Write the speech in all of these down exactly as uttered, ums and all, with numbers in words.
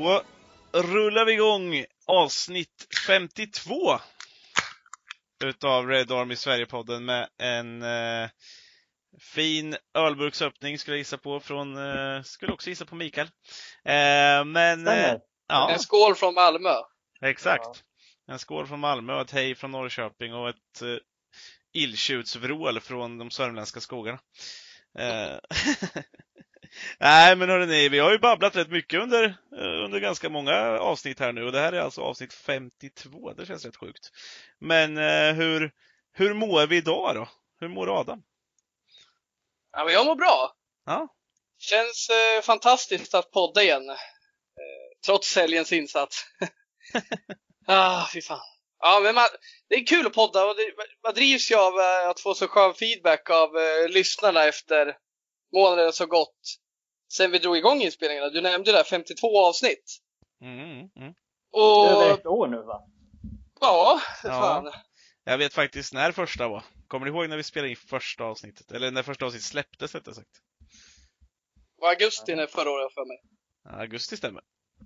Då rullar vi igång avsnitt femtiotvå utav Red Army Sverige-podden med en eh, fin ölburksöppning skulle jag gissa på från, eh, skulle också gissa på Mikael. Eh, men eh, ja. En skål från Malmö. Exakt. Ja. En skål från Malmö och ett hej från Norrköping och ett eh, illtjutsvrål från de sörmländska skogarna. Eh, Nej, men hörrni, vi har ju babblat rätt mycket under, under ganska många avsnitt här nu. Och det här är alltså avsnitt femtiotvå, det känns rätt sjukt. Men eh, hur, hur mår vi idag då? Hur mår Adam? Ja, men jag mår bra. Ja. Känns eh, fantastiskt att podda igen. Eh, trots helgens insats. ah, fy fan. Ja, men man, det är kul att podda och det, man drivs ju av eh, att få så skön feedback av eh, lyssnarna efter månaden så gott. Sen vi drog igång inspelningarna. Du nämnde det där femtiotvå avsnitt. Mm, mm. Och... Det är över ett år nu, va? Ja, för ja. fan. Jag vet faktiskt när första var. Kommer ni ihåg när vi spelade in första avsnittet? Eller när första avsnittet släpptes, rättare sagt. Var augusti när förra året för mig. Ja, augusti stämmer.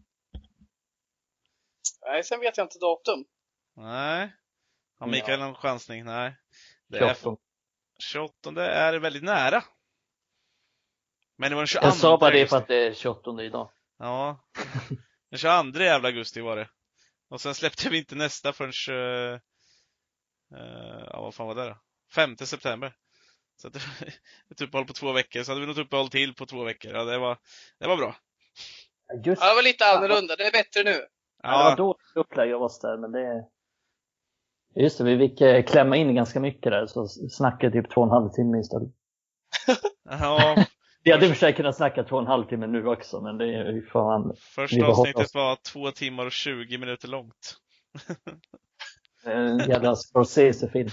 Nej, sen vet jag inte datum. Nej. Har Mikael Ja. någon chansning? Nej. Det tjugoåtta. är tjugoåtta är väldigt nära. Men det var den tjugoandra Jag sa bara det augusti. för att det är tjugoåttonde idag. Ja. Den tjugoandra jävla augusti var det. Och sen släppte vi inte nästa förrän uh, uh, ja, vad fan var det då? femte september. Så att det var uppehåll på två veckor. Så hade vi något uppehåll till på två veckor. Ja, det var, det var bra. Just Ja, det var lite annorlunda. Det är bättre nu. ja. Det var dåligt upplägg av oss där, men det... Just det, vi fick eh, klämma in ganska mycket där, så snackade typ två och en halv timme istället. Ja. Vi hade i och för sig kunnat snacka två och en halv timme nu också, men det är ju fan... Första avsnittet var två timmar och tjugo minuter långt. En jävla Scorsese-film.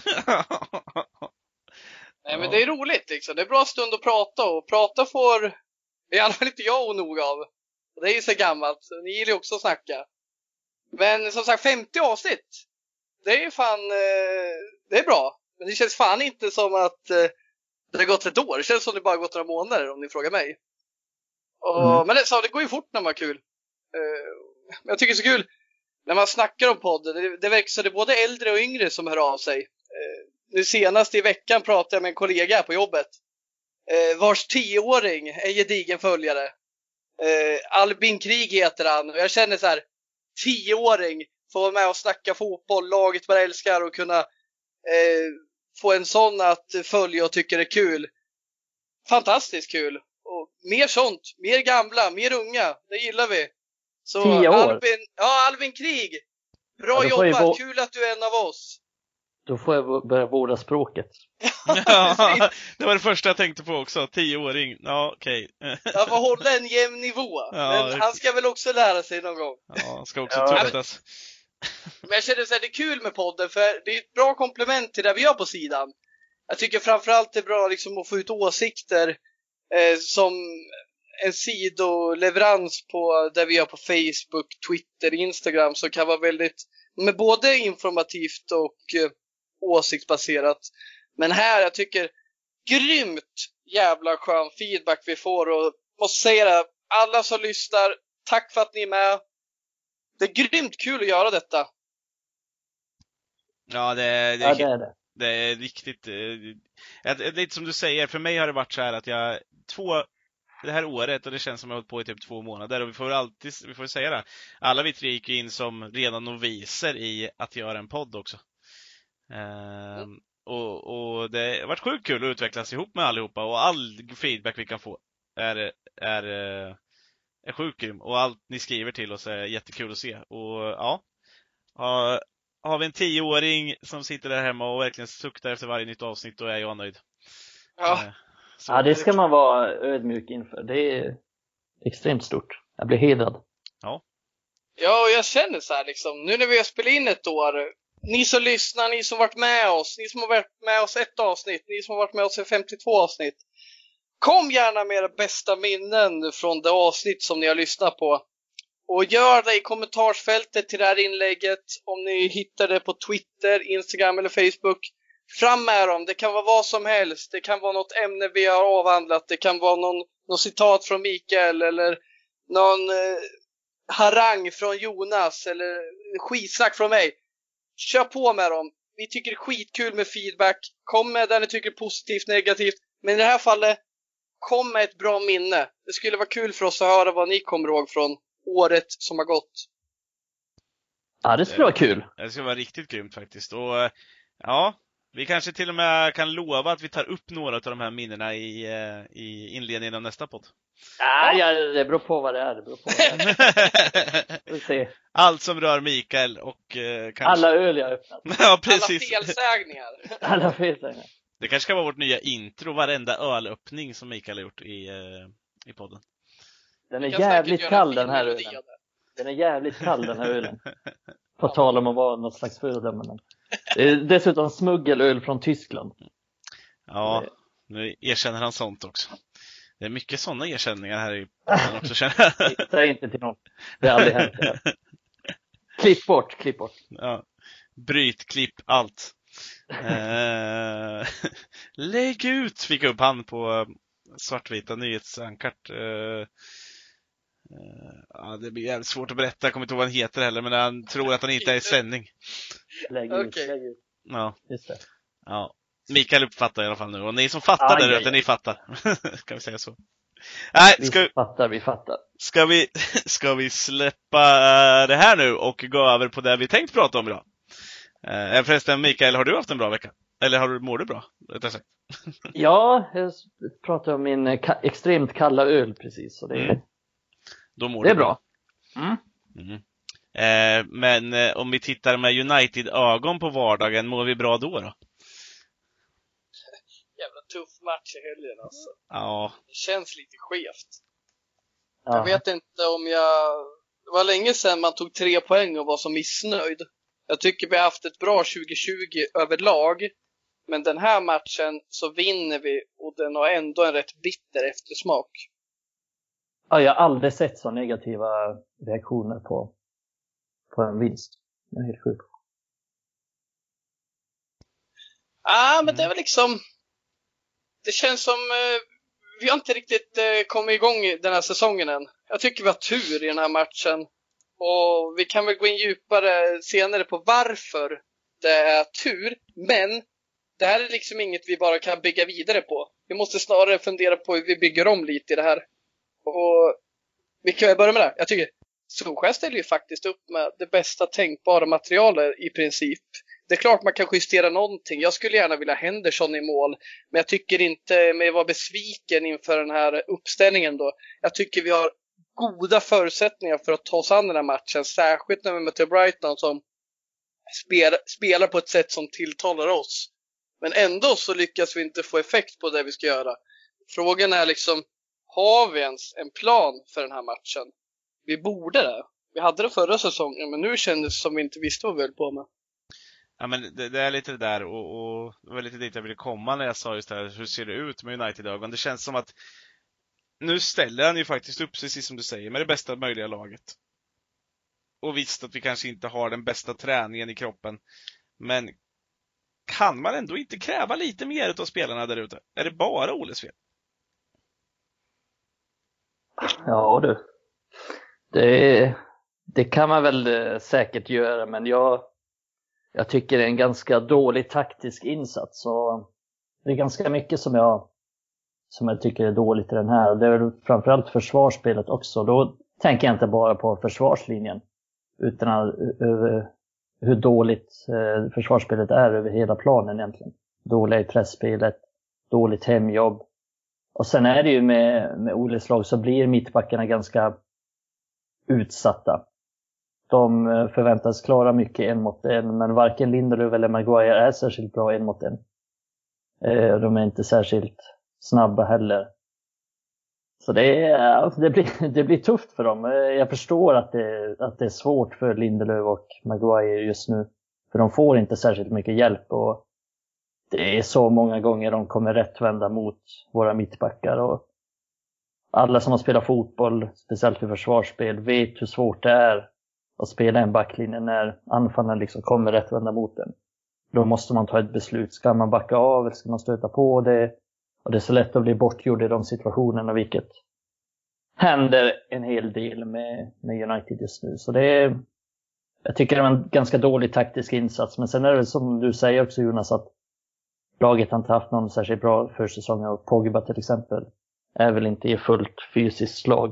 Nej, men det är roligt liksom. Det är bra stund att prata och prata får i alla fall inte jag nog av. Och det är ju så gammalt. Så ni gillar ju också att snacka. Men som sagt, femtio avsnitt. Det är ju fan, eh, det är bra. Men det känns fan inte som att eh, det har gått ett år. Det känns som det bara har gått några månader om ni frågar mig. Och, Mm. Men det, så, det går ju fort när man har kul. Eh, jag tycker det är så kul när man snackar om podden. Det, det verkar så det är både äldre och yngre som hör av sig. Eh, nu senast i veckan pratade jag med en kollega på jobbet. Eh, vars tioåring är gedigen följare. Eh, Albin Krig heter han. Och jag känner så här, tioåring får vara med och snacka fotboll, laget man älskar och kunna eh, få en sån att följa och tycka det är kul. Fantastiskt kul. Och mer sånt, mer gamla, mer unga, det gillar vi. Så Tio år? Albin, ja, Albin Krig. Bra Ja, då får jobbat, ju vå- kul att du är en av oss. Då får jag börja vårda språket. Ja, det var det första jag tänkte på också. Tioåring. Ja, okej. Okay. Jag får hålla en jämn nivå. Ja, Men han ska väl också lära sig någon gång. Ja, ska också Ja. tuttas. Men jag känner att det är kul med podden, för det är ett bra komplement till det vi gör på sidan. Jag tycker framförallt det är bra liksom att få ut åsikter eh, som en sidoleverans på det vi gör på Facebook, Twitter, Instagram, som kan vara väldigt, med både informativt och eh, åsiktsbaserat. Men här, jag tycker grymt jävla skön feedback vi får, och måste säga det, alla som lyssnar, tack för att ni är med. Det är grymt kul att göra detta. Ja, det, det, Ja, det är det. det är riktigt eh, lite som du säger, för mig har det varit så här att jag två det här året, och det känns som jag har hållit på i typ två månader, och vi får alltid, vi får säga det, alla vi tre gick in som redan noviser i att göra en podd också. Ehm, Mm. och, och det har varit sjukt kul att utvecklas ihop med allihopa, och all feedback vi kan få är, är, är sjukt grym, och allt ni skriver till oss är jättekul att se. Och ja, har, har vi en tioåring som sitter där hemma och verkligen suktar efter varje nytt avsnitt, då är jag nöjd. Ja. Ehm, så- Ja, det ska man vara ödmjuk inför. Det är extremt stort. Jag blir hedrad. Ja, och jag känner så här liksom, nu när vi har spelat in ett år, ni som lyssnar, ni som varit med oss, ni som har varit med oss ett avsnitt, ni som har varit med oss i femtiotvå avsnitt, kom gärna med era bästa minnen från det avsnitt som ni har lyssnat på. Och gör det i kommentarsfältet till det här inlägget, om ni hittar det på Twitter, Instagram eller Facebook. Fram med dem, det kan vara vad som helst. Det kan vara något ämne vi har avhandlat. Det kan vara någon, någon citat från Mikael eller någon, eh, harang från Jonas eller skitsnack från mig. Kör på med dem. Vi tycker det är skitkul med feedback. Kom med där ni tycker positivt, negativt. Men i det här fallet, kom med ett bra minne. Det skulle vara kul för oss att höra vad ni kommer ihåg från året som har gått. Ja, det skulle vara kul. Det skulle vara riktigt grymt faktiskt. Och ja, vi kanske till och med kan lova att vi tar upp några av de här minnena i, i inledningen av nästa podd. Ja, ja, det beror på vad det är. Det beror på vad det är. Vi se. Allt som rör Mikael och eh, kanske... Alla öl jag öppnat. Ja, precis. Alla felsägningar. Alla felsägningar. Det kanske ska vara vårt nya intro, varenda ölöppning som Mikael har gjort i, eh, i podden. Den är jävligt kall den här ölen. Den är jävligt kall den här ölen. På tal om att vara något slags föredömen. Det är dessutom smuggelöl från Tyskland. Ja, nu erkänner han sånt också. Det är mycket sådana erkänningar här i podden också, känner jag. Säg inte till någon. Det har aldrig hänt. Klipp bort, klipp bort. Ja. Bryt, klipp, allt. eh, lägg ut, fick upp han på svartvita nyhetsankart. Eh, Ja, det blir jävligt svårt att berätta. Jag kommer inte ihåg vad han heter heller, men han tror att han inte är i sändning. Lägg ut, okay. lägg ut. Ja. Just det. Ja. Mikael uppfattar i alla fall nu. Och ni som fattar aj, där ute, ni fattar. Kan vi säga så? Nej, ska vi fattar, vi fattar. Ska vi, ska vi släppa det här nu och gå över på det vi tänkt prata om idag? Eh, förresten, Mikael, har du haft en bra vecka? Eller har du, mår du bra? Ja, jag pratar om min ka- extremt kalla öl precis. Så det är... Mm. Då mår det är du bra. bra. Mm. Mm. Eh, men eh, om vi tittar med United-ögon på vardagen, mår vi bra då då? Jävla tuff match i helgen alltså. Ja. Det känns lite skevt. Ja. Jag vet inte om jag... Det var länge sedan man tog tre poäng och var så missnöjd. Jag tycker vi har haft ett bra tjugo tjugo överlag. Men den här matchen så vinner vi och den har ändå en rätt bitter eftersmak. Ja, jag har aldrig sett så negativa reaktioner på, på en vinst. Det är helt sjukt. Ja, ah, men det är väl liksom... Det känns som... Eh, vi har inte riktigt eh, kommit igång den här säsongen än. Jag tycker vi har tur i den här matchen. Och vi kan väl gå in djupare senare på varför det är tur. Men det här är liksom inget vi bara kan bygga vidare på. Vi måste snarare fundera på hur vi bygger om lite i det här. Och vi kan börja med det. Jag tycker Solskjaer ställer ju faktiskt upp med det bästa tänkbara materialet i princip. Det är klart man kan justera någonting. Jag skulle gärna vilja Henderson i mål. Men jag tycker inte med att vara besviken inför den här uppställningen då. Jag tycker vi har goda förutsättningar för att ta oss an den här matchen. Särskilt när vi möter Brighton som spelar, spelar på ett sätt som tilltalar oss. Men ändå så lyckas vi inte få effekt på det vi ska göra. Frågan är liksom, har vi ens en plan för den här matchen? Vi borde det. Vi hade det förra säsongen, men nu kändes det som vi inte visste vad vi höll på med. Ja, men det, det är lite det där och, och det var lite dit jag ville komma när jag sa just det här, hur ser det ut med United-ögon? Det känns som att nu ställer han ju faktiskt upp, precis som du säger, med det bästa möjliga laget. Och visst att vi kanske inte har den bästa träningen i kroppen, men kan man ändå inte kräva lite mer av spelarna där ute? Är det bara Oles fel? Ja du, det, det kan man väl säkert göra, men jag, jag tycker det är en ganska dålig taktisk insats. Så det är ganska mycket som jag, som jag tycker är dåligt i den här. Det är framförallt försvarsspelet också. Då tänker jag inte bara på försvarslinjen, utan över hur dåligt försvarsspelet är över hela planen egentligen. Dåliga i pressspelet, dåligt hemjobb. Och sen är det ju med, med Oles lag så blir mittbackarna ganska utsatta. De förväntas klara mycket en mot en, men varken Lindelöf eller Maguire är särskilt bra en mot en. De är inte särskilt snabba heller. Så det, är, det, blir, det blir tufft för dem. Jag förstår att det, att det är svårt för Lindelöf och Maguire just nu. För de får inte särskilt mycket hjälp och det är så många gånger de kommer rättvända mot våra mittbackar. Och alla som har spelat fotboll, speciellt i försvarsspel, vet hur svårt det är att spela en backlinje när anfallen liksom kommer rättvända mot den. Då måste man ta ett beslut. Ska man backa av eller ska man stöta på det? Och det är så lätt att bli bortgjord i de situationerna, vilket händer en hel del med, med United just nu. Så det är, jag tycker det är en ganska dålig taktisk insats. Men sen är det som du säger också, Jonas, att laget har inte haft någon särskilt bra försäsong, och Pogba till exempel är väl inte i fullt fysiskt slag.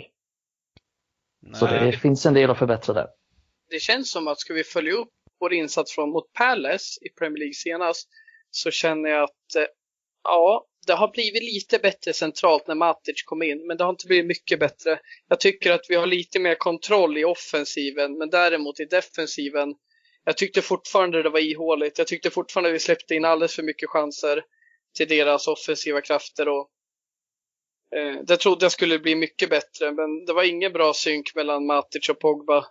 Nej. Så det finns en del att förbättra där. Det känns som att ska vi följa upp vår insats från mot Palace i Premier League senast, så känner jag att eh, ja, det har blivit lite bättre centralt när Matic kom in, men det har inte blivit mycket bättre. Jag tycker att vi har lite mer kontroll i offensiven, men däremot i defensiven, jag tyckte fortfarande det var ihåligt. Jag tyckte fortfarande vi släppte in alldeles för mycket chanser till deras offensiva krafter, och eh, det trodde jag skulle bli mycket bättre, men det var ingen bra synk mellan Matic och Pogba.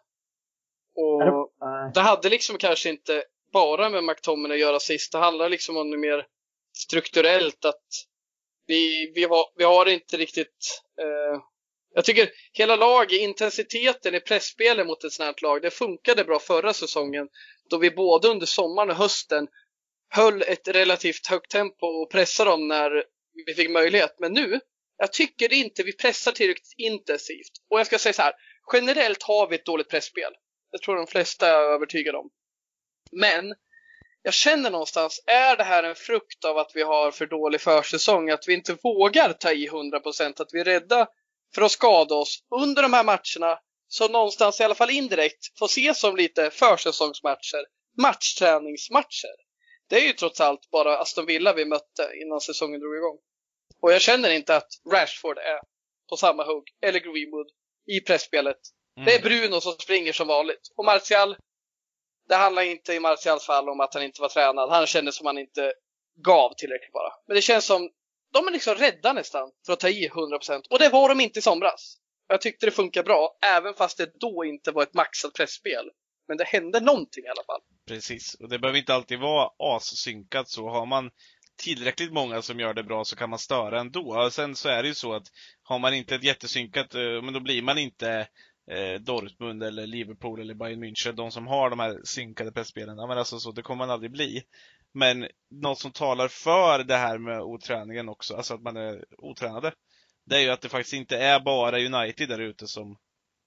Och det hade liksom kanske inte bara med McTominay att göra sist. Det handlar liksom om det mer strukturellt, att vi, vi, har, vi har inte riktigt eh, jag tycker hela laget, intensiteten i pressspelet mot ett sånt här lag, det funkade bra förra säsongen, då vi både under sommaren och hösten höll ett relativt högt tempo och pressade dem när vi fick möjlighet. Men nu, jag tycker inte vi pressar tillräckligt intensivt. Och jag ska säga så här, generellt har vi ett dåligt pressspel. Det tror de flesta är övertygade om. Men jag känner någonstans, är det här en frukt av att vi har för dålig försäsong? Att vi inte vågar ta i hundra procent, att vi är rädda för att skada oss under de här matcherna, som någonstans i alla fall indirekt får ses som lite försäsongsmatcher, matchträningsmatcher. Det är ju trots allt bara Aston Villa vi mötte innan säsongen drog igång. Och jag känner inte att Rashford är på samma hugg, eller Greenwood i pressspelet. Mm. Det är Bruno som springer som vanligt. Och Martial, det handlar inte i Martials fall om att han inte var tränad. Han kände som han inte gav tillräckligt bara. Men det känns som de är liksom rädda nästan för att ta i hundra procent. Och det var de inte i somras. Jag tyckte det funkar bra, även fast det då inte var ett maxat pressspel. Men det hände någonting i alla fall. Precis, och det behöver inte alltid vara assynkat så. Har man tillräckligt många som gör det bra så kan man störa ändå. Sen så är det ju så att har man inte ett jättesynkat, men då blir man inte eh, Dortmund eller Liverpool eller Bayern München, de som har de här synkade pressspelen. Ja, men alltså så, det kommer man aldrig bli. Men något som talar för det här med oträningen också, alltså att man är otränade, det är ju att det faktiskt inte är bara United där ute som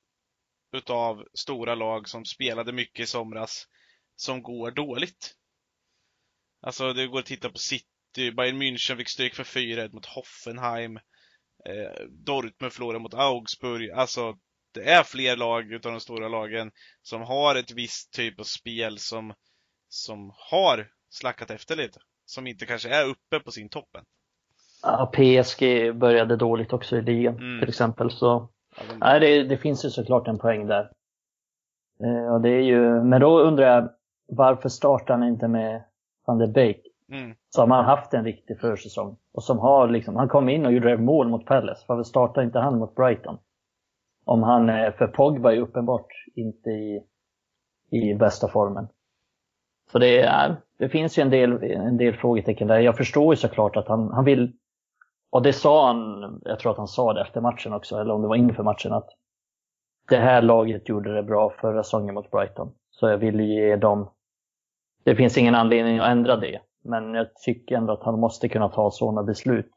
utav stora lag som spelade mycket i somras som går dåligt. Alltså det går att titta på City, Bayern München fick stryk för fyra ett mot Hoffenheim, eh, Dortmund förlorade mot Augsburg. Alltså det är fler lag utav de stora lagen som har ett visst typ av spel som, som har slackat efter lite, som inte kanske är uppe på sin toppen. Ja, P S G började dåligt också i ligan mm. till exempel, så ja, de... nej, det, det finns ju såklart en poäng där. Eh, och det är ju, men då undrar jag, varför startar han inte med Van de Beek? Mm. Som har haft en riktig försäsong och som har liksom, han kom in och gjorde mål mot Palace. Varför startar inte han mot Brighton? Om han är, för Pogba är uppenbart inte i, i bästa formen. Så det är, det finns ju en del, en del frågetecken där. Jag förstår ju såklart att han, han vill, och det sa han, jag tror att han sa det efter matchen också, eller om det var inför matchen, att det här laget gjorde det bra förra säsongen mot Brighton. Så jag vill ge dem, det finns ingen anledning att ändra det. Men jag tycker ändå att han måste kunna ta sådana beslut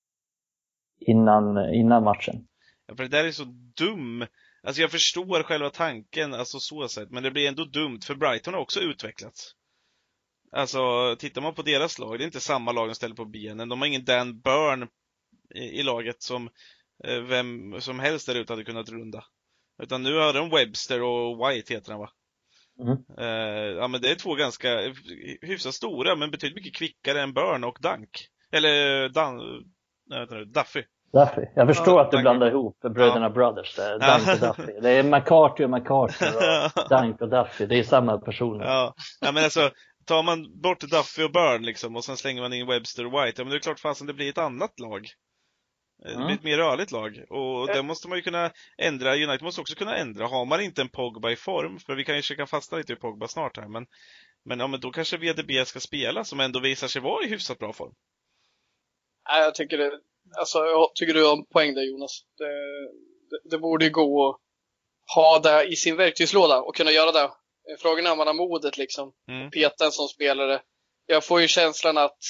innan, innan matchen. Ja, för det där är så dum. Alltså jag förstår själva tanken, alltså så sett, men det blir ändå dumt för Brighton har också utvecklats. Alltså tittar man på deras lag, det är inte samma lag de ställer på benen. De har ingen Dan Burn i, i laget som eh, vem som helst där ute hade kunnat runda. Utan nu har de Webster och White heter han, va? Mm. Uh, ja, men det är två ganska hyfsat stora, men betydligt mycket kvickare än Burn och Dunk. Eller Dan, nej, vet inte, Duffy. Duffy. Jag förstår ja, att du Dunk. Blandar ihop bröderna ja. Brothers där. Dunk och Duffy. Det är McCarthy och McCarthy och Dunk och Duffy. Det är samma personer. Ja. Ja, men alltså tar man bort Duffy och Burn liksom, och sen slänger man in Webster och White, ja, men det är klart fasen det blir ett annat lag. Det blir ett mer rörligt lag. Och det måste man ju kunna ändra. United måste också kunna ändra. Har man inte en Pogba i form, för vi kan ju försöka fastna lite i Pogba snart här, men, men, ja, men då kanske V D B ska spela, som ändå visar sig vara i hyfsat bra form. Nej, jag tycker det, alltså, jag tycker du har en poäng där, Jonas. Det, det, det borde ju gå att ha det i sin verktygslåda och kunna göra det. Frågan är om man har modet liksom. Mm. Peta en som spelare. Jag får ju känslan att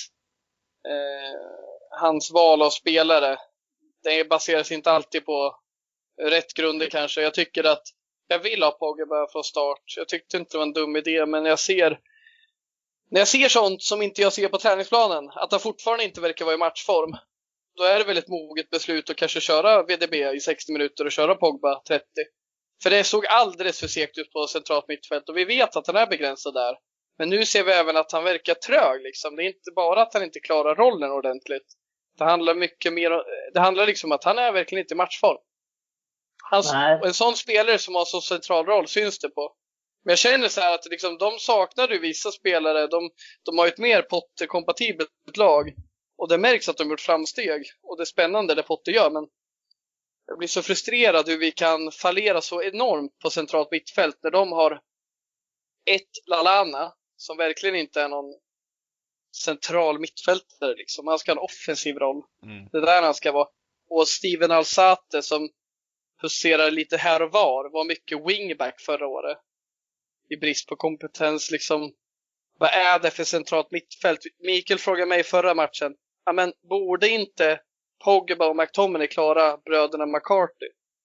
eh, hans val av spelare, det baseras inte alltid på rätt grunder kanske. Jag tycker att jag vill ha Pogba från start. Jag tyckte inte det var en dum idé, men jag ser när jag ser sånt som inte jag ser på träningsplanen, att han fortfarande inte verkar vara i matchform, då är det väl ett moget beslut att kanske köra V D B i sextio minuter och köra Pogba trettio. För det såg alldeles för segt ut på centralt mittfält och vi vet att han är begränsad där. Men nu ser vi även att han verkar trög liksom. Det är inte bara att han inte klarar rollen ordentligt. Det handlar mycket mer om, det handlar liksom om att han är verkligen inte i matchform. Hans, en sån spelare som har så central roll syns det på. Men jag känner så här att liksom, de saknar ju vissa spelare. De, de har ju ett mer Potter-kompatibelt lag. Och det märks att de har gjort framsteg. Och det är spännande det Potter gör. Men jag blir så frustrerad hur vi kan fallera så enormt på centralt mittfält. När de har ett Lallana som verkligen inte är någon central mittfältare. Liksom. Han ska ha en offensiv roll. Mm. Det är där han ska vara. Och Steven Alzate som huserar lite här och var. Var mycket wingback förra året. I brist på kompetens liksom. Vad är det för centralt mittfält? Mikael frågade mig förra matchen. Ja, men borde inte Pogba och McTominay klara bröderna McCarthy?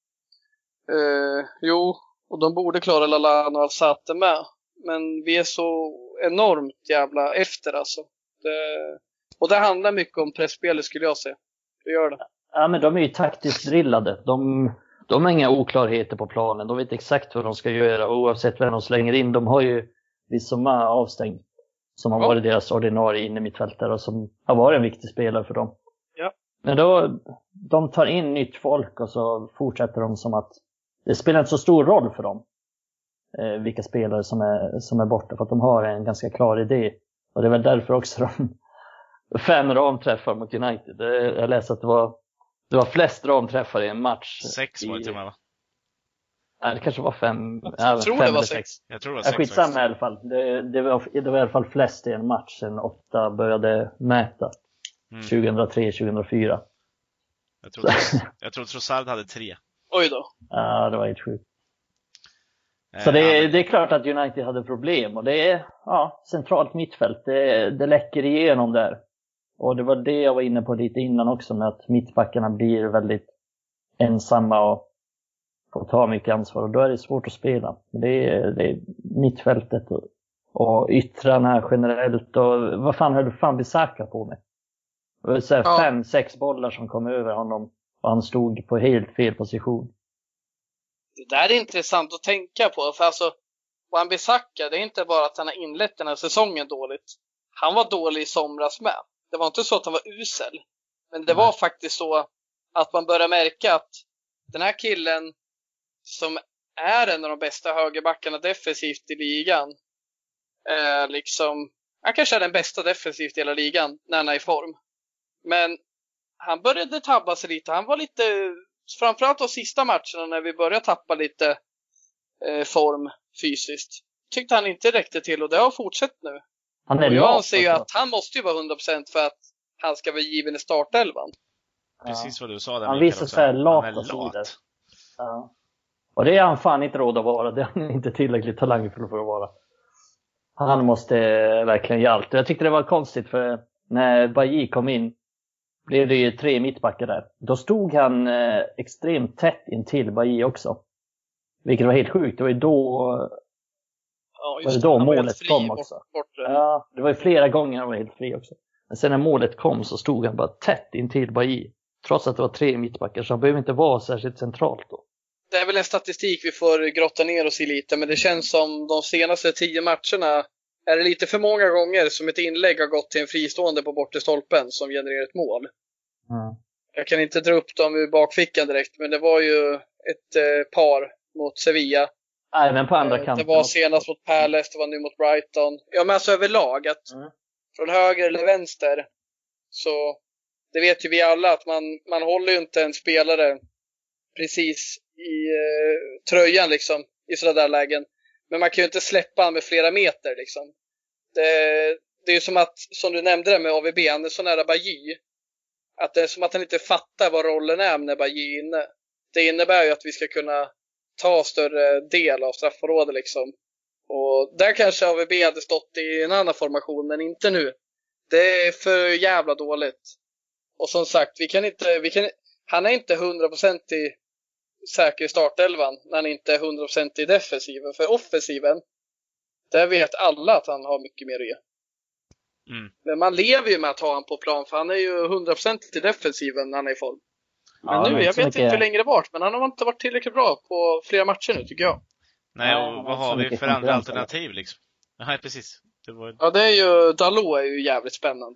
Uh, jo, och de borde klara Lallana och Alzate med. Men vi är så enormt jävla efter alltså. Det... Och det handlar mycket om pressspelet skulle jag säga. Det gör det. Ja, men de är ju taktiskt drillade. De, de har inga oklarheter på planen. De vet exakt vad de ska göra oavsett vem de slänger in. De har ju Bissoma avstängd som har varit deras ordinarie inne mittfältare och som har varit en viktig spelare för dem. Ja. Men då, de tar in nytt folk och så fortsätter de som att det spelar inte så stor roll för dem eh, vilka spelare som är, som är borta, för att de har en ganska klar idé. Och det är väl därför också de fem ramträffar mot United. Det, jag läste att det var, det var flest ramträffar i en match. Sex var det till och med, va? Nej, det kanske var fem. Jag tror fem det var sex. Jag tror det var sex. Skitsamma i alla fall. Det, det, var, det var i alla fall flest i en match sen åtta började mäta. Mm. tjugohundratre tjugohundrafyra. Jag tror, jag tror Trossard hade tre. Oj då. Ja, det var helt sjukt. Så det, det är klart att United hade problem. Och det är ja, centralt mittfält. Det, det läcker igenom där. Och det var det jag var inne på lite innan också. Med att mittbackarna blir väldigt ensamma och får ta mycket ansvar. Och då är det svårt att spela. Det är, det är mittfältet och, och yttrarna generellt. Och vad fan höll fan Bissaka på med? Det var så här ja. fem, sex bollar som kom över honom. Och han stod på helt fel position. Det där är intressant att tänka på. För alltså, Wan-Bissaka, det är inte bara att han har inlett den här säsongen dåligt. Han var dålig i somras med. Det var inte så att han var usel. Men det var mm. faktiskt så att man börjar märka att den här killen som är en av de bästa högerbackarna defensivt i ligan. Eh, liksom, han kanske är den bästa defensivt i hela ligan när han är i form. Men han började tabba sig lite. Han var lite, framförallt de sista matcherna när vi började tappa lite eh, form fysiskt. Tyckte han inte räckte till och det har fortsatt nu. Han är och jag anser ju att han måste ju vara hundra procent för att han ska vara given i startelvan. Precis vad du sa där. Han visar så här lata sidor. Ja. Och det är han fan inte råd att vara. Det är han inte tillräckligt talang för att få vara. Han måste verkligen göra allt. Jag tyckte det var konstigt för när Bailly kom in blev det ju tre mittbackar där. Då stod han eh, extremt tätt in till Bailly också. Vilket var helt sjukt. Det var ju då, ja, var det då målet kom också. Bort, bort, ja, det var ju flera gånger han var helt fri också. Men sen när målet kom så stod han bara tätt in till Bailly. Trots att det var tre mittbackar så han behöver inte vara särskilt centralt då. Det är väl en statistik vi får grotta ner oss i lite. Men det känns som de senaste tio matcherna är det lite för många gånger som ett inlägg har gått till en fristående på bortre stolpen som genererar ett mål. Mm. Jag kan inte dra upp dem ur bakfickan direkt, men det var ju ett eh, par mot Sevilla. Även på andra kanten. Det var senast mot Palace, det var nu mot Brighton. Ja, men alltså överlag att mm. från höger eller vänster så det vet ju vi alla att man, man håller ju inte en spelare precis i eh, tröjan liksom i sådana där lägen. Men man kan ju inte släppa han med flera meter liksom. Det, det är ju som att, som du nämnde det med A V B, han är så nära Bailly. Att det är som att han inte fattar vad rollen är när Bailly är inne. Det innebär ju att vi ska kunna ta större del av straffområdet liksom. Och där kanske A V B hade stått i en annan formation, men inte nu. Det är för jävla dåligt. Och som sagt, vi kan inte, vi kan, han är inte hundra procent i säker i startelvan när han inte är hundra procent i defensiven. För offensiven, där vet alla att han har mycket mer att ge. Mm. Men man lever ju med att ha honom på plan, för han är ju hundra procent i defensiven när han är i form. Men Ja, nu, men jag så vet mycket- inte hur länge det varit, men han har inte varit tillräckligt bra på flera matcher nu, tycker jag. Nej, Nej, och men vad så har vi mycket för andra konkurrens, alternativ liksom? Nej, precis. Det var... Ja, det är ju, Dalot är ju jävligt spännande.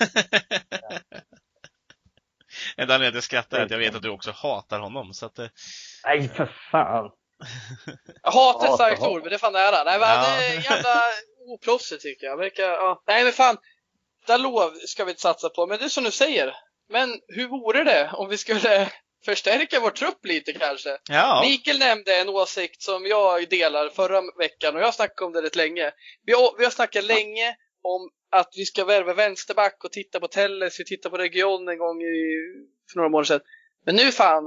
En anledning att jag skrattar är att jag vet att du också hatar honom, så att eh, Nej, för fan. Jag hatar Ja, starkt så- ord, men det är fan nära. Nej, men Ja. han är jävla oproffsig tycker jag. Verkar, ja. Nej, men fan. Dalot ska vi inte satsa på, men det är som du säger. Men hur vore det om vi skulle förstärka vår trupp lite kanske? ja. Mikael nämnde en åsikt som jag delar förra veckan och jag snackade om det rätt länge. Vi har, vi har snackat länge om att vi ska värva vänsterback och titta på Telles, vi tittar på Region en gång i, för några månader sedan. Men nu fan,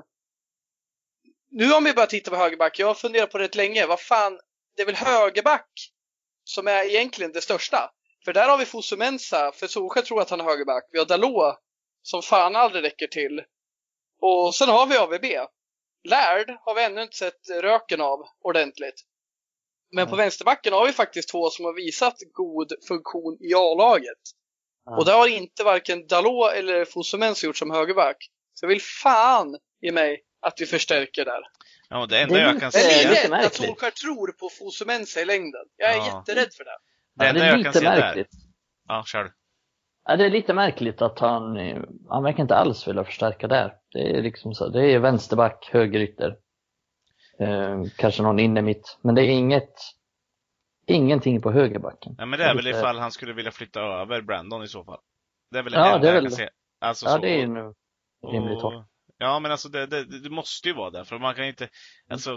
nu har vi börjat titta på högerback. Jag har funderat på det rätt länge. Vad fan, det är väl högerback som är egentligen det största. För där har vi Fosu Mensah, för Solskjaer tror att han är högerback. Vi har Dalot som fan aldrig räcker till. Och sen har vi A V B. Lärd har vi ännu inte sett röken av ordentligt. Men Mm. på vänsterbacken har vi faktiskt två som har visat god funktion i A-laget. Ja. Och det har inte varken Dalot eller Fosu Mensah gjort som högerback. Så jag vill fan i mig att vi förstärker där. Ja, och det enda Det är jag lite- kan Jag Det är är se, lite rädd att märkligt. Solskjaer tror på Fosu Mensah i längden. Jag är Ja. jätterädd för det. det Ja, enda det är jag kan lite se där. märkligt. Ja, kör du. Ja, det är lite märkligt att han, eh, han verkar inte alls vilja förstärka där. Det är liksom så, det är vänsterback, högerytter. Eh, kanske någon inne mitt. Men det är inget, ingenting på högerbacken. Ja, men det är väl lite- ifall han skulle vilja flytta över Brandon i så fall. Det är väl det Ja, enda det är jag väl- kan se. Alltså, Ja, så, det är ju och- nu rimligt håll. och, ja, men alltså det, det, det måste ju vara där, för man kan inte, alltså,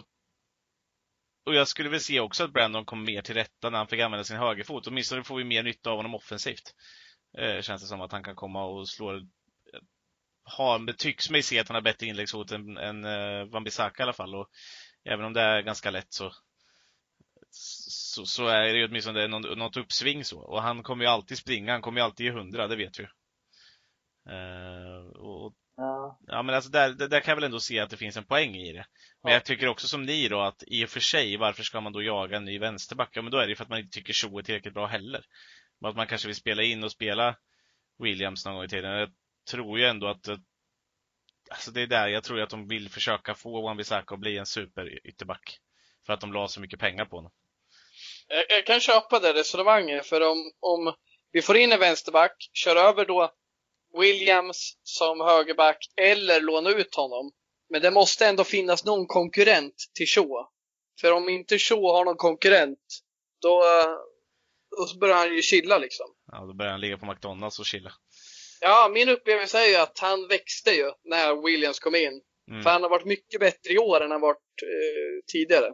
och jag skulle väl se också att Brandon kom mer till rätta när han fick använda sin högerfot. Åtminstone får vi mer nytta av honom offensivt. Eh, känns det som att han kan komma och slå, ha, det tycks mig se att han har bättre inläggshot än, än uh, Wan-Bissaka i alla fall. Och även om det är ganska lätt så så, så är det ju åtminstone något, något uppsving så. Och han kommer ju alltid springa, han kommer ju alltid ge hundra, det vet vi. Uh, och Ja. Ja, men alltså där, där, där kan jag väl ändå se att det finns en poäng i det. Men Ja. jag tycker också som ni då att i och för sig, varför ska man då jaga en ny vänsterback? Ja, men då är det ju för att man inte tycker Shaw är tillräckligt bra heller. Men att man kanske vill spela in och spela Williams någon gång i tiden. Jag tror ju ändå att eh, alltså det är där jag tror att de vill försöka få Wan-Bissaka att bli en super ytterback. För att de la så mycket pengar på honom. Jag, jag kan köpa det resonemanget, för om, om vi får in en vänsterback, kör över då Williams som högerback eller låna ut honom. Men det måste ändå finnas någon konkurrent till Shaw. För om inte Shaw har någon konkurrent, då, då börjar han ju chilla liksom. Ja, då börjar han ligga på McDonalds och chilla. Ja, min upplevelse är ju att han växte ju när Williams kom in. Mm. För han har varit mycket bättre i år än han varit eh, tidigare.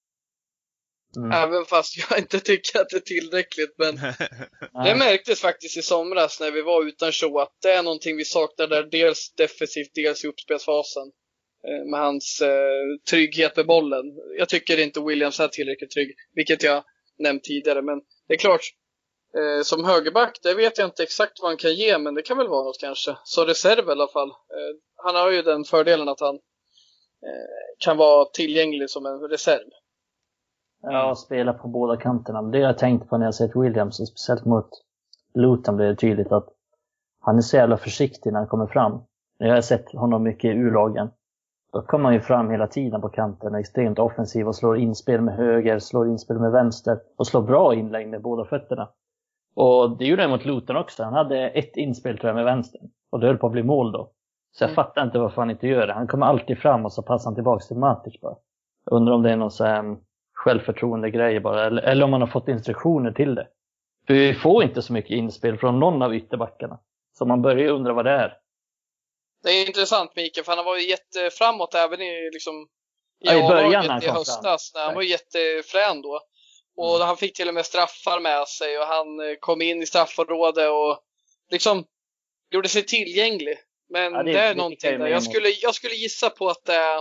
Mm. Även fast jag inte tycker att det är tillräckligt. Men det märktes faktiskt i somras när vi var utan Shaw att det är någonting vi saknar där, dels defensivt, dels i uppspelsfasen. Eh, med hans eh, trygghet med bollen. Jag tycker inte Williams är tillräckligt trygg, vilket jag nämnt tidigare. Men det är klart, eh, som högerback, det vet jag inte exakt vad han kan ge, men det kan väl vara något kanske. Så reserv i alla fall. Eh, han har ju den fördelen att han eh, kan vara tillgänglig som en reserv. Ja, och spela på båda kanterna. Det jag tänkte på när jag sett Williams, och speciellt mot Luton, blev det tydligt att han är så jävla försiktig när han kommer fram. När jag har sett honom mycket i U-lagen, då kommer han ju fram hela tiden på kanten, är extremt offensiv och slår inspel med höger, slår inspel med vänster och slår bra inlägg med båda fötterna. Och det gjorde han mot Luton också. Han hade ett inspel tror jag med vänster och det höll på att bli mål då. Så jag Mm. fattar inte varför han inte gör det. Han kommer alltid fram och så passar han tillbaka till Matic bara. Jag undrar om det är någon sån här självförtroende grej bara, eller, eller om man har fått instruktioner till det. För vi får inte så mycket inspel från någon av ytterbackarna. Så man börjar ju undra vad det är. Det är intressant, Mikael, för han var ju jätteframåt även i, liksom, i, Ja, i början när han A-laget i kom höstas. När han fram. var jättefrän då. Och Mm. han fick till och med straffar med sig och han eh, kom in i straffområdet och liksom gjorde sig tillgänglig. Men Ja, det- det, det är tycker någonting jag är där. med Jag emot. skulle, jag skulle gissa på att det är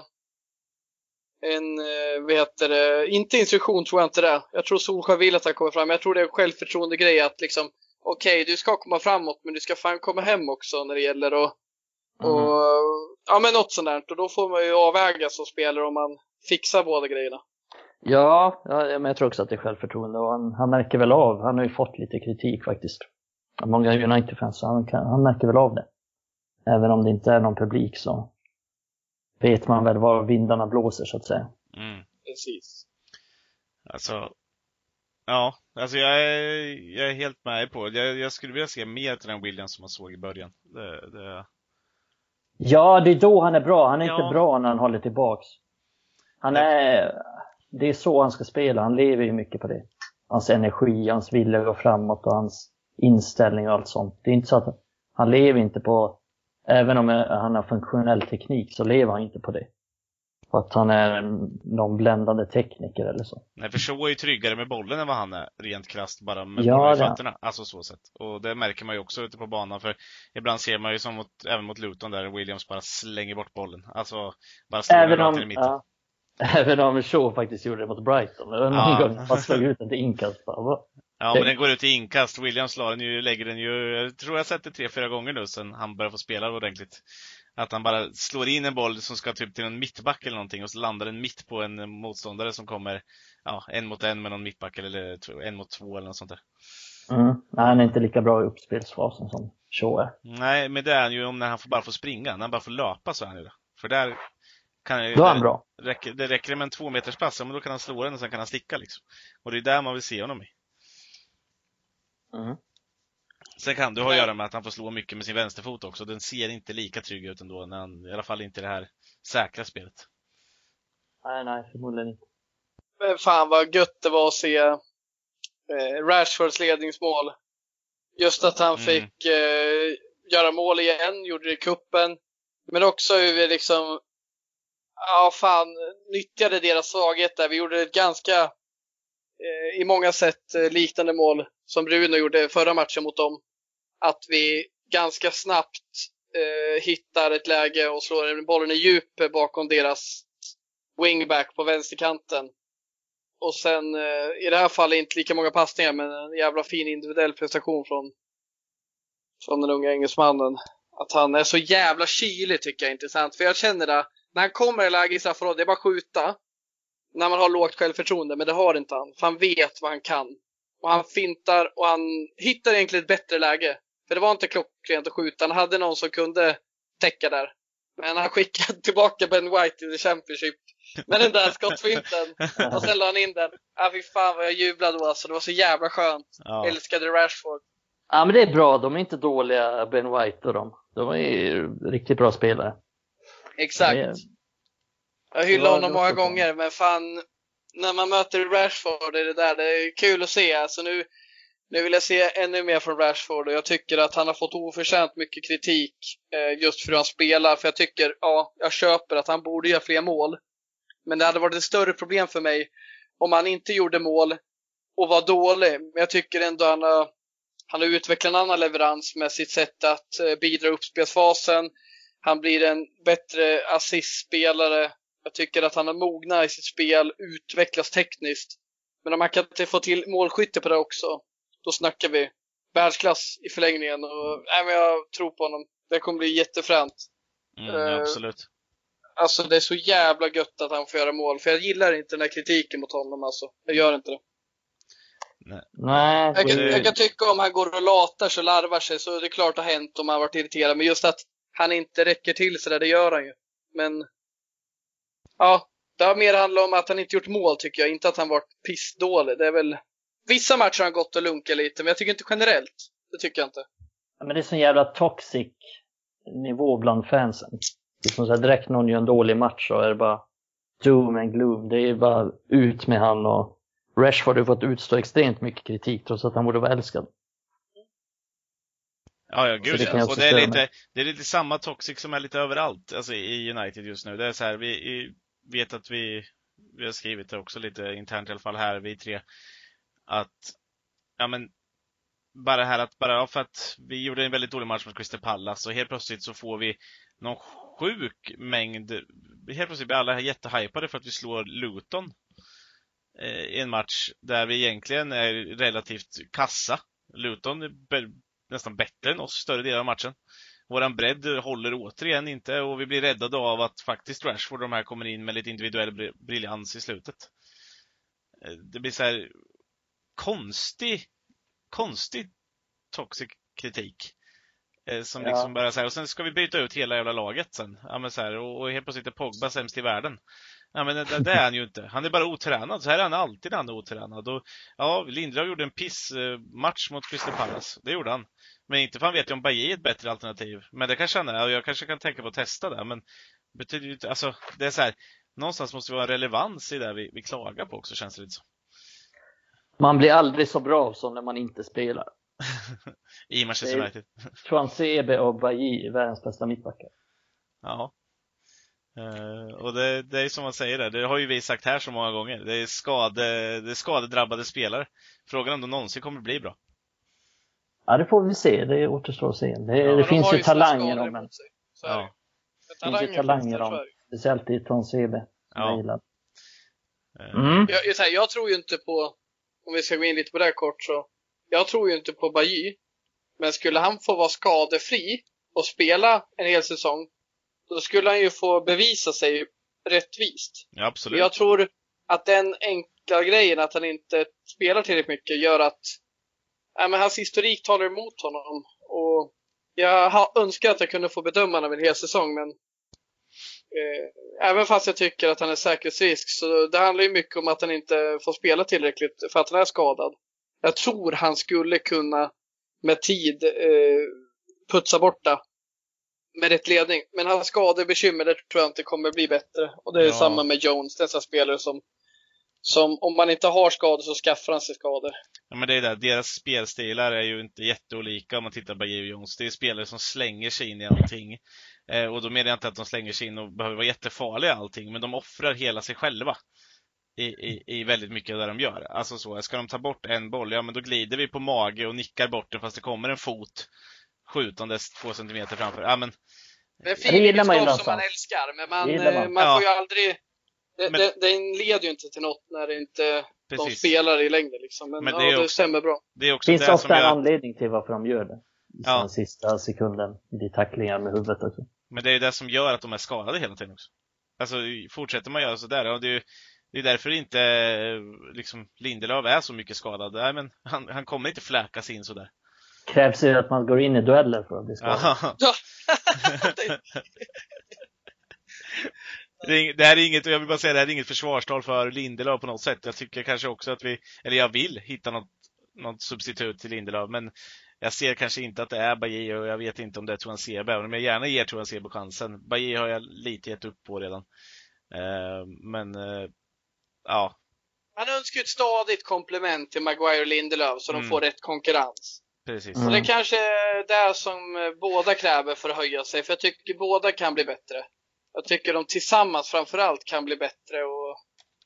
en, eh, vad heter det, inte instruktion tror jag inte det. Jag tror Solskjaer vill att han kommer fram. Jag tror det är en självförtroende grej att liksom, okej, okay, du ska komma framåt men du ska fan komma hem också när det gäller att Mm. Och, ja, men något sånt där. Och då får man ju avväga som spelare om man fixar båda grejerna. Ja, ja, men jag tror också att det är självförtroende. Och han, han märker väl av, han har ju fått lite kritik faktiskt. Många United-fans, han, han märker väl av det. Även om det inte är någon publik så vet man väl var vindarna blåser så att säga. Mm. Precis. Alltså, ja, alltså jag är, jag är helt med på det. Jag, jag skulle vilja se mer till den Williams som man såg i början. Det, det... Ja, det är då han är bra. Han är ja. inte bra när han håller tillbaks. Han är, det är så han ska spela. Han lever ju mycket på det. Hans energi, hans vilja att gå framåt och hans inställning och allt sånt. Det är inte så att han lever inte på, även om han har funktionell teknik så lever han inte på det. För att han är en, någon bländande tekniker eller så. Nej, för Shaw är ju tryggare med bollen än vad han är, rent krasst, bara med ja, bollen i det. fötterna. Alltså så sätt. Och det märker man ju också ute på banan, för ibland ser man ju som mot, även mot Luton där Williams bara slänger bort bollen. Alltså, bara slår den rakt in i mitten. Ja, även om Shaw faktiskt gjorde det mot Brighton. Det var någon ja. gång han slog ut den till inkast. Ja, det... men den går ut i inkast. Williams slår den ju, lägger den ju, jag tror jag sett det tre, fyra gånger nu sen han började få spela ordentligt. Att han bara slår in en boll som ska typ till en mittback eller någonting och så landar den mitt på en motståndare som kommer ja, en mot en med någon mittback eller en mot två eller något sånt där. Mm. Nej, han är inte lika bra i uppspelsfasen som Shaw är. Nej, men det är han ju om när han får bara får springa, när han bara får löpa så är han ju det. För där kan då är han bra. Det räcker, det räcker med en två meters pass, men då kan han slå den och sen kan han sticka liksom. Och det är där man vill se honom i. Mm. Sen kan det ha att göra med att han får slå mycket med sin vänsterfot också. Den ser inte lika trygg ut ändå, när han, i alla fall inte det här säkra spelet. Nej, nej, förmodligen inte. Men fan vad gött det var att se eh, Rashfords ledningsmål. Just att han mm. fick eh, göra mål igen, gjorde det i kuppen. Men också hur vi liksom, ja fan, nyttjade deras svaghet där. Vi gjorde ett ganska, eh, i många sätt eh, liknande mål som Bruno gjorde förra matchen mot dem. Att vi ganska snabbt eh, hittar ett läge och slår bollen i djup bakom deras wingback på vänsterkanten. Och sen eh, i det här fallet inte lika många passningar, men en jävla fin individuell prestation från, från den unga engelsmannen. Att han är så jävla kylig tycker jag är intressant. För jag känner det, när han kommer i läge i straffområdet, det är bara skjuta. När man har lågt självförtroende, men det har inte han. För han vet vad han kan. Och han fintar och han hittar egentligen ett bättre läge. För det var inte klockrent att skjuta. Han hade någon som kunde täcka där. Men han skickade tillbaka Ben White i the Championship. Men den där skottfinten. Och sen la han in den. Ja, fy fan vad jag jublade då alltså. Det var så jävla skönt. Ja. Älskade Rashford. Ja, men det är bra. De är inte dåliga, Ben White och dem. De är ju riktigt bra spelare. Exakt. Är... Jag hyllar honom många gånger. Men fan, när man möter Rashford är det där. Det är kul att se. Alltså nu... Nu vill jag se ännu mer från Rashford och jag tycker att han har fått oförtjänt mycket kritik eh, just för hur han spelar. För jag tycker, ja, jag köper att han borde göra fler mål. Men det hade varit ett större problem för mig om han inte gjorde mål och var dålig. Men jag tycker ändå han har, han har utvecklat en annan leverans med sitt sätt att eh, bidra upp spelsfasen. Han blir en bättre assistspelare. Jag tycker att han har mognat i sitt spel, utvecklas tekniskt. Men om man kan få till målskytte på det också, då snackar vi världsklass i förlängningen. Och, nej, men jag tror på honom. Det kommer bli jättefränt. Mm, ja, absolut. Uh, alltså det är så jävla gött att han får göra mål. För jag gillar inte den här kritiken mot honom. Alltså. Jag gör inte det. Nej. Nej, jag, kan, jag kan tycka om han går och latar sig och larvar sig, så det är klart att det har hänt om han varit irriterad. Men just att han inte räcker till så där, det gör han ju. Men ja, det har mer handlat om att han inte gjort mål tycker jag. Inte att han varit pissdålig. Det är väl... Vissa matcher har han gått och lunkat lite, men jag tycker inte generellt. Det tycker jag inte. Ja, men det är sån jävla toxic nivå bland fansen. Det är som så här, direkt någon gör en dålig match så är det bara doom and gloom. Det är bara ut med han, och Rashford har fått utstå extremt mycket kritik trots att han borde vara älskad. Ja, ja, gud. Det och det är, lite, det är lite samma toxic som är lite överallt alltså i United just nu. Det är så här, vi vet att vi, vi har skrivit det också lite internt i alla fall här, vi tre. Att, ja men, bara här att, bara för att vi gjorde en väldigt dålig match mot Crystal Palace, och helt plötsligt så får vi någon sjuk mängd, helt plötsligt blir alla jättehypade för att vi slår Luton eh, i en match där vi egentligen är relativt kassa. Luton är be- nästan bättre än oss större delar av matchen. våran bredd håller återigen inte och vi blir räddade av att faktiskt Rashford de här kommer in med lite individuell br- briljans i slutet. Det blir så här konstig konstig toxic kritik. Som Ja. liksom bara så här, och sen ska vi byta ut hela jävla laget sen. Ja, men så här, och, och helt plötsligt är Pogba sämst i världen. Ja, men det, det är han ju inte. Han är bara otränad. Så här är han alltid när han är otränad. Och, ja, Lindelöf gjorde en pissmatch mot Crystal Palace. Det gjorde han. Men inte för han vet ju om Bailly är ett bättre alternativ. Men det kanske han är. Och jag kanske kan tänka på att testa det. Men betyder ju alltså, det är så här, någonstans måste vi ha en relevans i det vi, vi klagar på också, känns det lite så. Man blir aldrig så bra som när man inte spelar. I Manchester United. Tuanzebe och Bailly är världens bästa mittbackar. Ja. Uh, och det, det är som man säger där, det har ju vi sagt här så många gånger. Det är, skade, det är skadedrabbade spelare. Frågan om de någonsin kommer bli bra. Ja, det får vi se. Det återstår att se. Det, Ja, det de finns ju talanger om en. Ja. Det finns ju talanger om, speciellt i Tuanzebe. Ja. Mm. Jag, jag, jag tror ju inte på, om vi ska gå in lite på det här kort, så jag tror ju inte på Bailly. Men skulle han få vara skadefri och spela en hel säsong, då skulle han ju få bevisa sig rättvist. Ja, absolut. Jag tror att den enkla grejen att han inte spelar tillräckligt mycket gör att ja, men hans historik talar emot honom. Och jag har önskat att jag kunde få bedöma honom en hel säsong, men eh, även fast jag tycker att han är säkerhetsrisk, så det handlar ju mycket om att han inte får spela tillräckligt för att han är skadad. Jag tror han skulle kunna med tid eh, putsa borta med rätt ledning. Men hans skadebekymmer, det tror jag inte kommer bli bättre. Och det är Ja. samma med Jones, dessa spelare som, som om man inte har skador så skaffar han sig skador. Ja, men det är det. Deras spelstilar är ju inte jätteolika om man tittar på Bailly och Jones. Det är spelare som slänger sig in i allting. Eh, och då menar jag inte att de slänger sig in och behöver vara jättefarliga i allting, men de offrar hela sig själva. I, i, i väldigt mycket av det de gör. Alltså så, ska de ta bort en boll, ja men då glider vi på mage och nickar bort den fast det kommer en fot skjutandes två centimeter framför. Ja, men det är det gillar man ju fiendskap som man någonstans. älskar, men man, Det gillar man. man, man Ja. får ju aldrig det, Men- det, det leder ju inte till något när det inte de precis. spelar i längden liksom. Men, Men ja, det är det också- stämmer bra. Det är också Finns det det som ofta en gör, anledning till varför de gör det? I Ja. den sista sekunden i tacklingar med huvudet också. men det är det som gör att de är skadade hela tiden också. Alltså fortsätter man göra så där, och det är ju det är därför inte liksom Lindelöf är så mycket skadad. Nej, men han, han kommer inte fläkas in så där. Krävs det att man går in i dueller för att bli skadad? Ja. Ja. Det, är, ing- det här är inget, och jag vill bara säga, det här är inget försvarstal för Lindelöf på något sätt. Jag tycker kanske också att vi, eller jag vill hitta något, något substitut till Lindelöf, men jag ser kanske inte att det är Bailly, och jag vet inte om det är Tuanzebe, även om jag gärna ger Tuanzebe chansen. Bailly har jag lite gett upp på redan. Eh, men eh, ja, Han önskar ett stadigt komplement till Maguire och Lindelöf så Mm. de får rätt konkurrens. precis. Mm. Och det kanske är det som eh, båda kräver för att höja sig. För jag tycker båda kan bli bättre. Jag tycker de tillsammans framförallt kan bli bättre. Och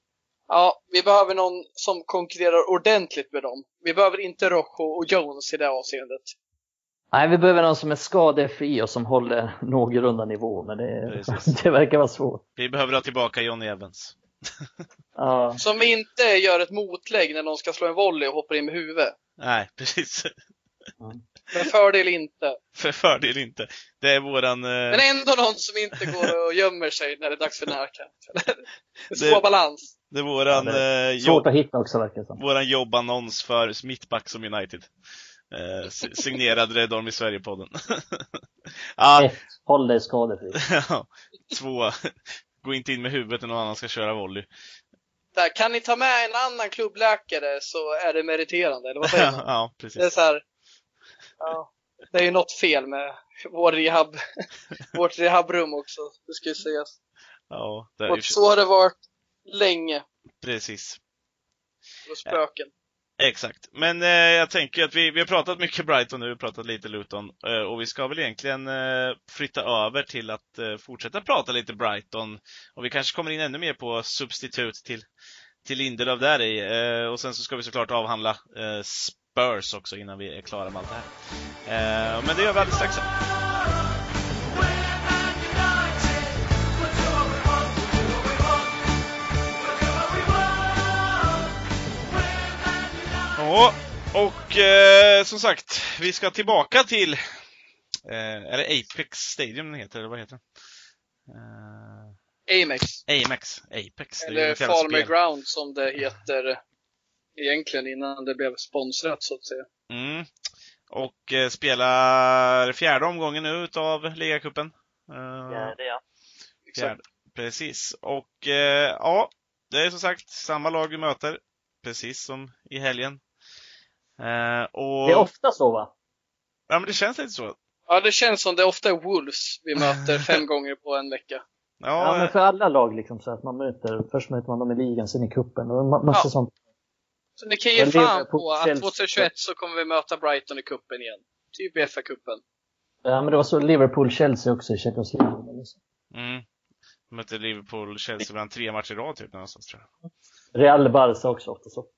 ja, vi behöver någon som konkurrerar ordentligt med dem. Vi behöver inte Rojo och Jones i det avseendet. Nej, vi behöver någon som är skadefri och som håller någorlunda nivå. Men det, Precis. det verkar vara svårt. Vi behöver ha tillbaka Johnny Evans. Ja. Som inte gör ett motlägg när de ska slå en volley och hoppar in med huvudet. Nej, precis. Med fördel inte. För fördel inte. Det är våran... Eh, Men ändå någon som inte går och gömmer sig när det är dags för närkamp. En svår Det- balans. det är våran, Ja, det eh, Svårt jobb, att hitta också verkar det som. våran jobbannons för mittback som United. Eh, s- signerad Redorm i Sverige-podden. Ja, Ett, håll dig skadefri. ja. Två, gå inte in med huvudet när någon annan ska köra volley. Där, kan ni ta med en annan klubbläkare så är det meriterande, eller vad säger man? Ja, Det är precis. så här, ja, det är ju något fel med vår rehab, vårt rehabrum också, det ska ju sägas. Ja, det är Och ju så har det varit länge, precis. och spöken. Exakt. Men eh, jag tänker att vi, vi har pratat mycket Brighton nu, vi har pratat lite Luton. Eh, och vi ska väl egentligen eh, flytta över till att eh, fortsätta prata lite Brighton. Och vi kanske kommer in ännu mer på substitut till, till Lindelöf där i. Eh, och sen så ska vi såklart avhandla eh, Spurs också innan vi är klara med allt det här. Eh, men det gör vi alldeles strax. Ja, och eh, som sagt, vi ska tillbaka till Eh, eller Apex Stadium den heter, eller vad heter den? Eh, Amex. Amex. Apex. Det är ju Eller ett jävla Farmer spel. Ground som det heter egentligen innan det blev sponsrat så att säga. Mm. Och eh, spelar fjärde omgången nu utav Ligacupen. Eh, Ja, det är jag. fjärde. Precis. Och eh, ja, det är som sagt samma lag vi möter. Precis som i helgen. Eh, och... Det är ofta så, va? Ja, men det känns lite så. Ja, det känns som det ofta är Wolves vi möter fem gånger på en vecka. Ja, Ja, men för alla lag liksom så att man möter, först möter man dem i ligan, sen i kuppen och ma- massa Ja. sånt. Så ni kan ge Men fan Liverpool, på att Chelsea. tjugohundratjugoett så kommer vi möta Brighton i kuppen igen. Typ i F A-kuppen. Ja, men det var så Liverpool-Chelsea också i Champions League. Liksom. mm. Mötte Liverpool Chelsea bland tre matcher i rad typ någonstans, tror jag. Real Barca också ofta så.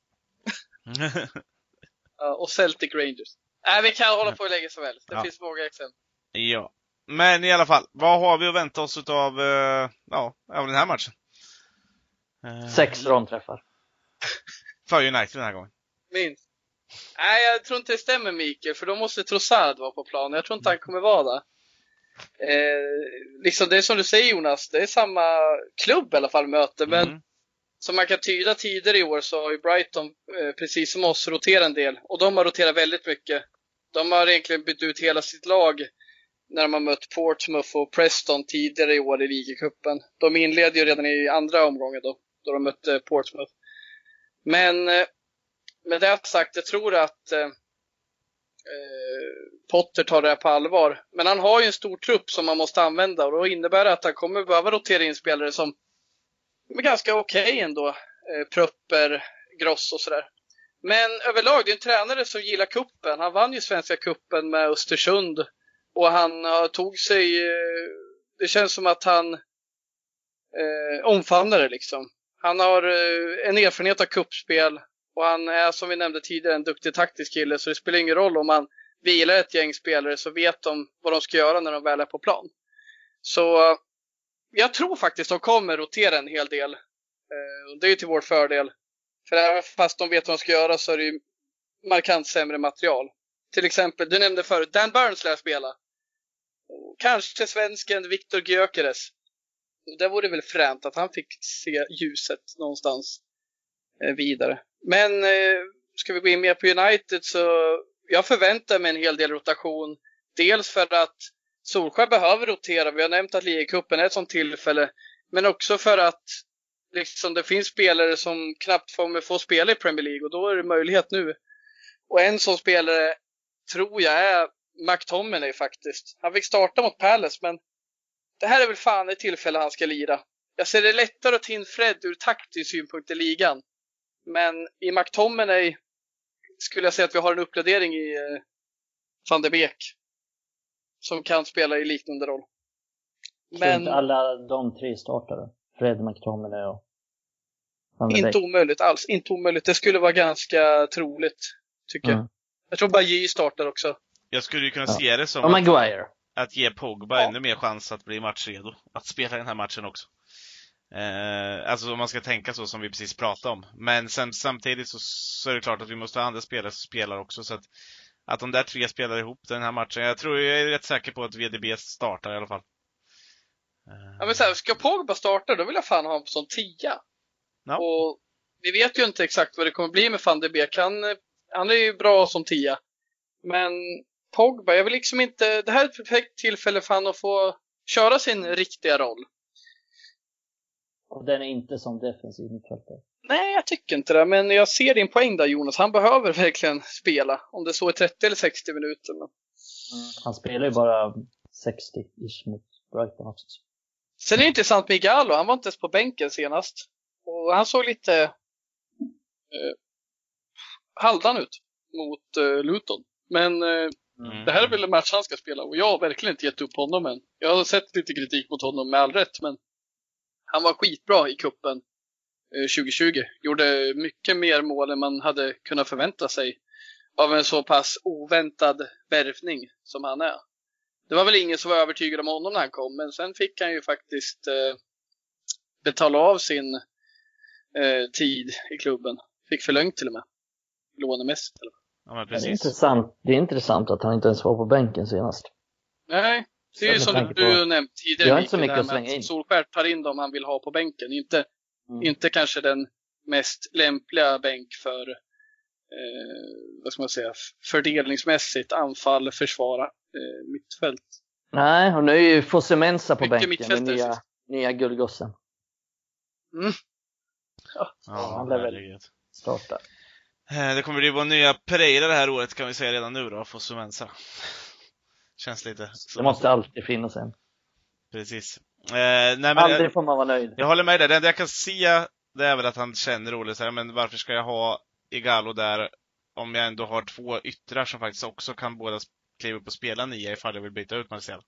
Ja, och Celtic Rangers. Nej, vi kan hålla på hur länge som helst. Det Ja. finns många exempel. Ja. Men i alla fall, vad har vi att vänta oss utav eh, ja, av den här matchen? Eh, Sex ramträffar. För United den här gången. Minst. Nej, jag tror inte det stämmer, Mikael. För då måste Trossard vara på plan. Jag tror inte han kommer vara där. Eh, liksom det är som du säger, Jonas. Det är samma klubb i alla fall möte. Men Mm. som man kan tyda tidigare i år så har ju Brighton, eh, precis som oss, roterat en del. Och de har roterat väldigt mycket. De har egentligen bytt ut hela sitt lag när de har mött Portsmouth och Preston tidigare i år i ligacupen. De inledde ju redan i andra omgången då, då de mötte Portsmouth. Men eh, med det sagt, jag tror att eh, Potter tar det här på allvar. Men han har ju en stor trupp som man måste använda och då innebär det att han kommer behöva rotera in spelare som är ganska okej okay ändå. Eh, Prupper, Gross och sådär. Men överlag, det är en tränare som gillar kuppen. Han vann ju Svenska kuppen med Östersund. Och han uh, tog sig... Uh, det känns som att han uh, omfamnar det liksom. Han har uh, en erfarenhet av kuppspel. Och han är, som vi nämnde tidigare, en duktig taktisk kille. Så det spelar ingen roll om man vilar ett gäng spelare, så vet de vad de ska göra när de väl är på plan. Så uh, jag tror faktiskt de kommer rotera en hel del. Uh, och det är ju till vår fördel. För även fast de vet vad de ska göra så är det ju markant sämre material. Till exempel, du nämnde förut, Dan Burns lär spela. Kanske svensken Viktor Gyökeres. Det vore väl fränt att han fick se ljuset någonstans eh, vidare. Men eh, ska vi gå in mer på United så jag förväntar mig en hel del rotation. Dels för att Solskjaer behöver rotera. Vi har nämnt att Ligacupen är ett sånt tillfälle. Men också för att liksom, det finns spelare som knappt får, får spela i Premier League. Och då är det möjlighet nu. Och en sån spelare tror jag är McTominay faktiskt. Han fick starta mot Palace, men det här är väl fan ett tillfälle han ska lira. Jag ser det lättare att ta in Fred ur taktisk synpunkt i ligan. Men i McTominay skulle jag säga att vi har en uppgradering i eh, Van de Beek. Som kan spela i liknande roll. Men alla de tre startare. Fred, McTominay och Van de Beek. Inte omöjligt alls. Inte omöjligt. Det skulle vara ganska troligt, tycker Mm. jag. Jag tror bara J startar också. Jag skulle ju kunna Ja. se det som Och att, Maguire. att ge Pogba Ja. ännu mer chans att bli matchredo. Att spela den här matchen också. Eh, alltså om man ska tänka så som vi precis pratade om. Men sen, samtidigt så, så är det klart att vi måste ha andra spelare som spelar också. Så att, att de där tre spelar ihop den här matchen. Jag tror jag är rätt säker på att V D B startar i alla fall. Eh, Ja, men så här, ska Pogba starta, då vill jag fan ha honom som tia. Ja. Och vi vet ju inte exakt vad det kommer bli med Van de Beek. Han, han är ju bra som tia. Men Pogba, jag vill liksom inte... Det här är ett perfekt tillfälle för han att få köra sin riktiga roll. Och den är inte som defensiv mittfältare. Nej, jag tycker inte det. Men jag ser din poäng där, Jonas. Han behöver verkligen spela. Om det så är trettio eller sextio minuter. Men... Han spelar ju bara sextio-ish mot Brighton också. Sen är det intressant med Igalo. Han var inte ens på bänken senast. Och han såg lite eh, halvdan ut mot eh, Luton. Men eh, Mm. det här är väl en match han ska spela. Och jag har verkligen inte gett upp honom än. Jag har sett lite kritik mot honom med all rätt. Men han var skitbra i kuppen eh, tjugo tjugo. Gjorde mycket mer mål än man hade kunnat förvänta sig av en så pass oväntad värvning som han är. Det var väl ingen som var övertygad om honom när han kom. Men sen fick han ju faktiskt eh, betala av sin eh, tid i klubben. Fick förlängt till och med. Lånemässigt eller? Ja, men Ja, det, är precis. intressant. det är intressant att han inte ens var på bänken senast. Nej, det är ju som tanke du på- nämnt tidigare. Jag har inte så Mikael, mycket det här att med slänga in. Solskär tar in dem han vill ha på bänken. Inte, Mm. inte kanske den mest lämpliga bänk för eh, vad ska man säga, fördelningsmässigt anfall, försvara eh, mittfält. Nej, och nu är ju Fosse Mensah på Mycket bänken med mittfältare nya, sist. nya guldgossen. Mm. Ja, han lär väl- herregud. Starta. Eh, Det kommer bli vår nya Pereira det här året kan vi säga redan nu då, Fosse Mensah. Känns lite Det som måste alltid finnas en. precis. Eh, nej, men Aldrig jag, får man vara nöjd. jag håller med dig. Det enda jag kan se det är väl att han känner Ole så här, men varför ska jag ha Igalo där om jag ändå har två yttrar som faktiskt också kan båda kliva upp och spela nio ifall jag vill byta ut Marcel.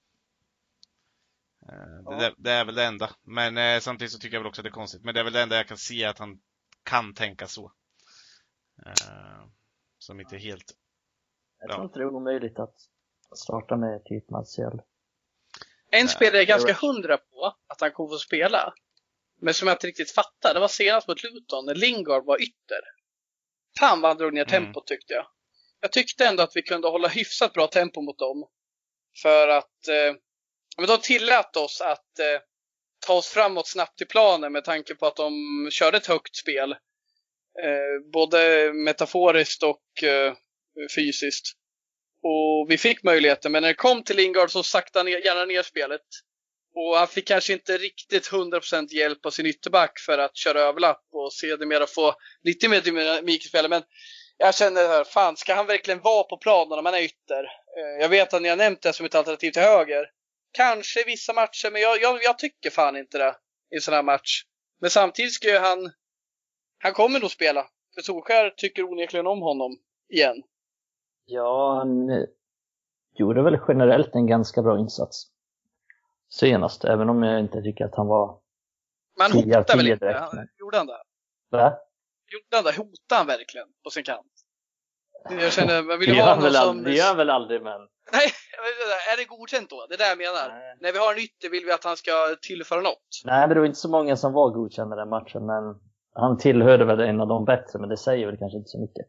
Eh, Ja. det, det, det är väl det enda. Men eh, samtidigt så tycker jag väl också att det är konstigt. Men det är väl det enda jag kan se att han kan tänka så. Eh, som inte är helt... Jag Ja. tror inte det är omöjligt att starta med typ Martial. En Nej, spelare jag är ganska det hundra på att han kommer få spela. Men som jag inte riktigt fattar, det var senast mot Luton när Lingard var ytter. Fan vad han drog ner Mm. tempot tyckte jag. Jag tyckte ändå att vi kunde hålla hyfsat bra tempo mot dem. För att eh, men de tillät oss att eh, ta oss framåt snabbt i planen med tanke på att de körde ett högt spel. Eh, både metaforiskt och eh, fysiskt. Och vi fick möjligheten, men när det kom till Lingard så sakta ner, gärna ner spelet. Och han fick kanske inte riktigt hundra procent hjälp av sin ytterback för att köra överlapp och sedermera få lite mer dynamikspel. Men jag känner här, fan, ska han verkligen vara på planen när man är ytter? Eh, jag vet att ni har nämnt det som ett alternativ till höger. Kanske vissa matcher, men jag, jag, jag tycker fan inte det i en sån här match. Men samtidigt ska ju han, han kommer nog spela. För Solskär tycker onekligen om honom igen. Ja, han eh, gjorde väl generellt en ganska bra insats senast, även om jag inte tycker att han var... Man tio av hotar väl tio inte? direkt, Han- men- Gjorde han det? Va? Gjorde han det? Hotar han verkligen på sin kant? Jag känner, man vill Det ju gör ha han någon väl som... aldrig, det gör han väl aldrig, men... Nej, jag vet inte, är det godkänt då? Det är det jag menar. Nej. När vi har en ytter vill vi att han ska tillföra något. Nej, men det var inte så många som var godkända den matchen, men han tillhörde väl en av de bättre, men det säger väl kanske inte så mycket.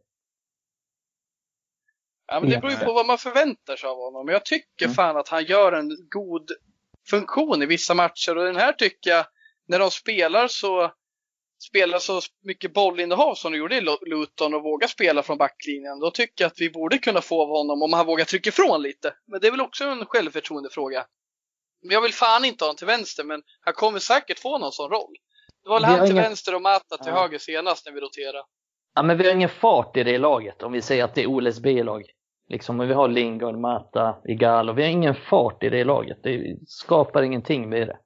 Ja, men det beror ju på vad man förväntar sig av honom. Men jag tycker Mm. fan att han gör en god funktion i vissa matcher. Och den här tycker jag, när de spelar så spelar så mycket bollinnehav som de gjorde i Luton och vågar spela från backlinjen. Då tycker jag att vi borde kunna få av honom om han vågar trycka ifrån lite. Men det är väl också en självförtroendefråga. Men jag vill fan inte ha honom till vänster, men han kommer säkert få någon sån roll. Det var väl Vi har han till inga- vänster och Mata till Ja. höger senast när vi roterade. Ja, men vi har ingen fart i det laget, om vi säger att det är Oles B-lag. Liksom, men vi har Lingard, Mata, Igalo. Vi har ingen fart i det laget. Det skapar ingenting med det.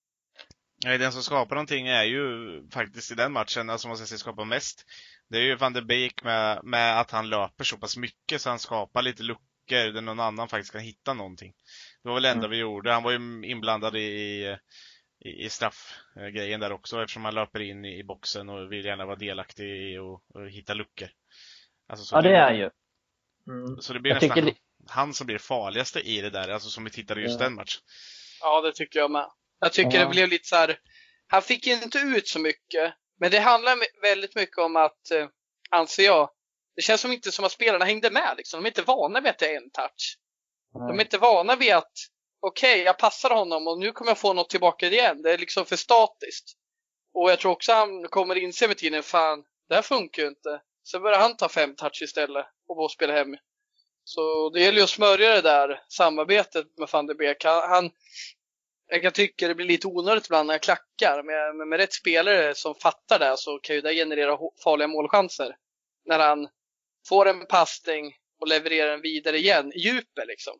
Nej, den som skapar någonting är ju faktiskt i den matchen, alltså man ska säga skapar mest. Det är ju Van de Beek med, med att han löper så pass mycket så han skapar lite luckor där någon annan faktiskt kan hitta någonting. Det var väl det enda Mm. vi gjorde. Han var ju inblandad i, i, i straffgrejen där också eftersom han löper in i, i boxen och vill gärna vara delaktig i att hitta luckor. Alltså, så Ja, det är han ju. Mm. Så det blir Jag nästan tycker li- han som blir det farligaste i det där, alltså som vi tittade just Ja. den matchen. Ja, det tycker jag med. Jag tycker Ja. det blev lite så här. Han fick inte ut så mycket. Men det handlar me- väldigt mycket om att, eh, anser jag, det känns som inte som att spelarna hängde med. Liksom. De är inte vana vid att det är en touch. De är inte vana vid att, okej, okay, jag passar honom och nu kommer jag få något tillbaka igen. Det är liksom för statiskt. Och jag tror också han kommer inse med tiden, fan, det här funkar ju inte. Så börjar han ta fem touch istället och bara spela hem. Så det gäller ju att smörja det där samarbetet med Van de Beek. Han, han, jag kan tycka det blir lite onödigt ibland när jag klackar. Med, med, med rätt spelare som fattar det så kan ju det generera ho- farliga målchanser. När han får en passning och levererar den vidare igen i djupet liksom.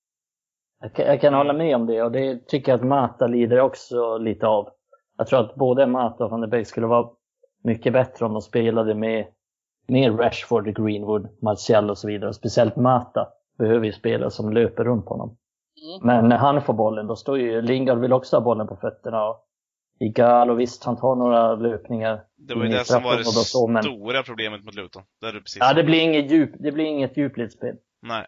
Jag kan, jag kan hålla med om det, och det tycker jag att Mata lider också lite av. Jag tror att både Mata och Van de Beek skulle vara mycket bättre om de spelade med, med Rashford, Greenwood, Martial och så vidare. Och speciellt Mata behöver ju spela som löper runt honom. Mm. Men när han får bollen, då står ju Lingard vill också ha bollen på fötterna. Och Igalo, visst, han tar några löpningar. Det var ju in i det som var det straffområdet och så, men- stora problemet mot Luton. Där är det precis Ja, så. det blir inget djup, det blir inget djupledsspel. Nej.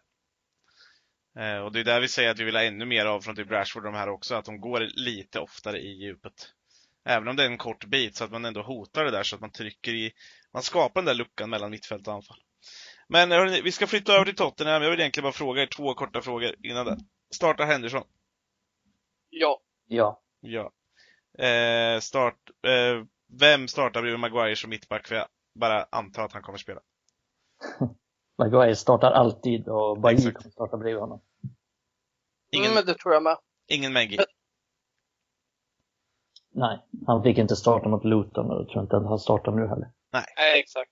Eh, och det är där vi säger att vi vill ha ännu mer av från typ Rashford och de här också, att de går lite oftare i djupet. Även om det är en kort bit så att man ändå hotar det där så att man trycker i, man skapar den där luckan mellan mittfält och anfall. Men hörrni, vi ska flytta över till Tottenham. Jag vill egentligen bara fråga er två korta frågor innan det. Startar Henderson? Ja. Ja. Ja. Eh, start, eh, vem startar bredvid Maguire som mittback? För jag bara antar att han kommer spela. Maguire startar alltid och Bailly Exakt. kommer starta bredvid honom. Ingen, Mm, men det tror jag med. ingen Mengi. Nej, han fick inte starta mot Luton och jag tror inte att han startar nu heller. Nej, exakt.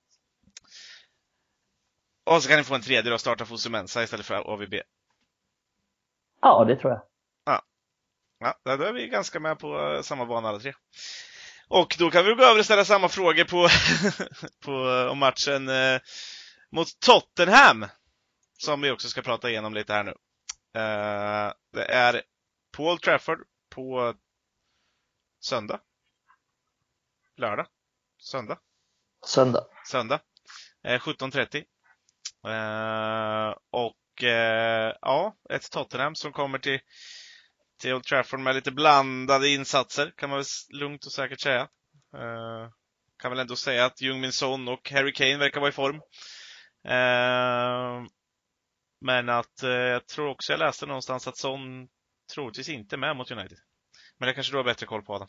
Och så kan ni få en tredje då, starta Fosu-Mensah istället för A V B. Ja, det tror jag. Ja, då är vi ganska med på uh, samma bana alla tre. Och då kan vi gå över och ställa samma frågor på, på uh, om matchen uh, mot Tottenham. Som vi också ska prata igenom lite här nu. Uh, det är på Old Trafford på söndag. Lördag. Söndag. Söndag. Söndag. Uh, sjutton trettio. Uh, och uh, ja, ett Tottenham som kommer till till Old Trafford med lite blandade insatser, kan man väl lugnt och säkert säga. Uh, kan väl ändå säga att Heung-min Son och Harry Kane verkar vara i form. Uh, men att uh, jag tror också jag läste någonstans att Son troligtvis inte är med mot United. Men det kanske du har bättre koll på, Adam.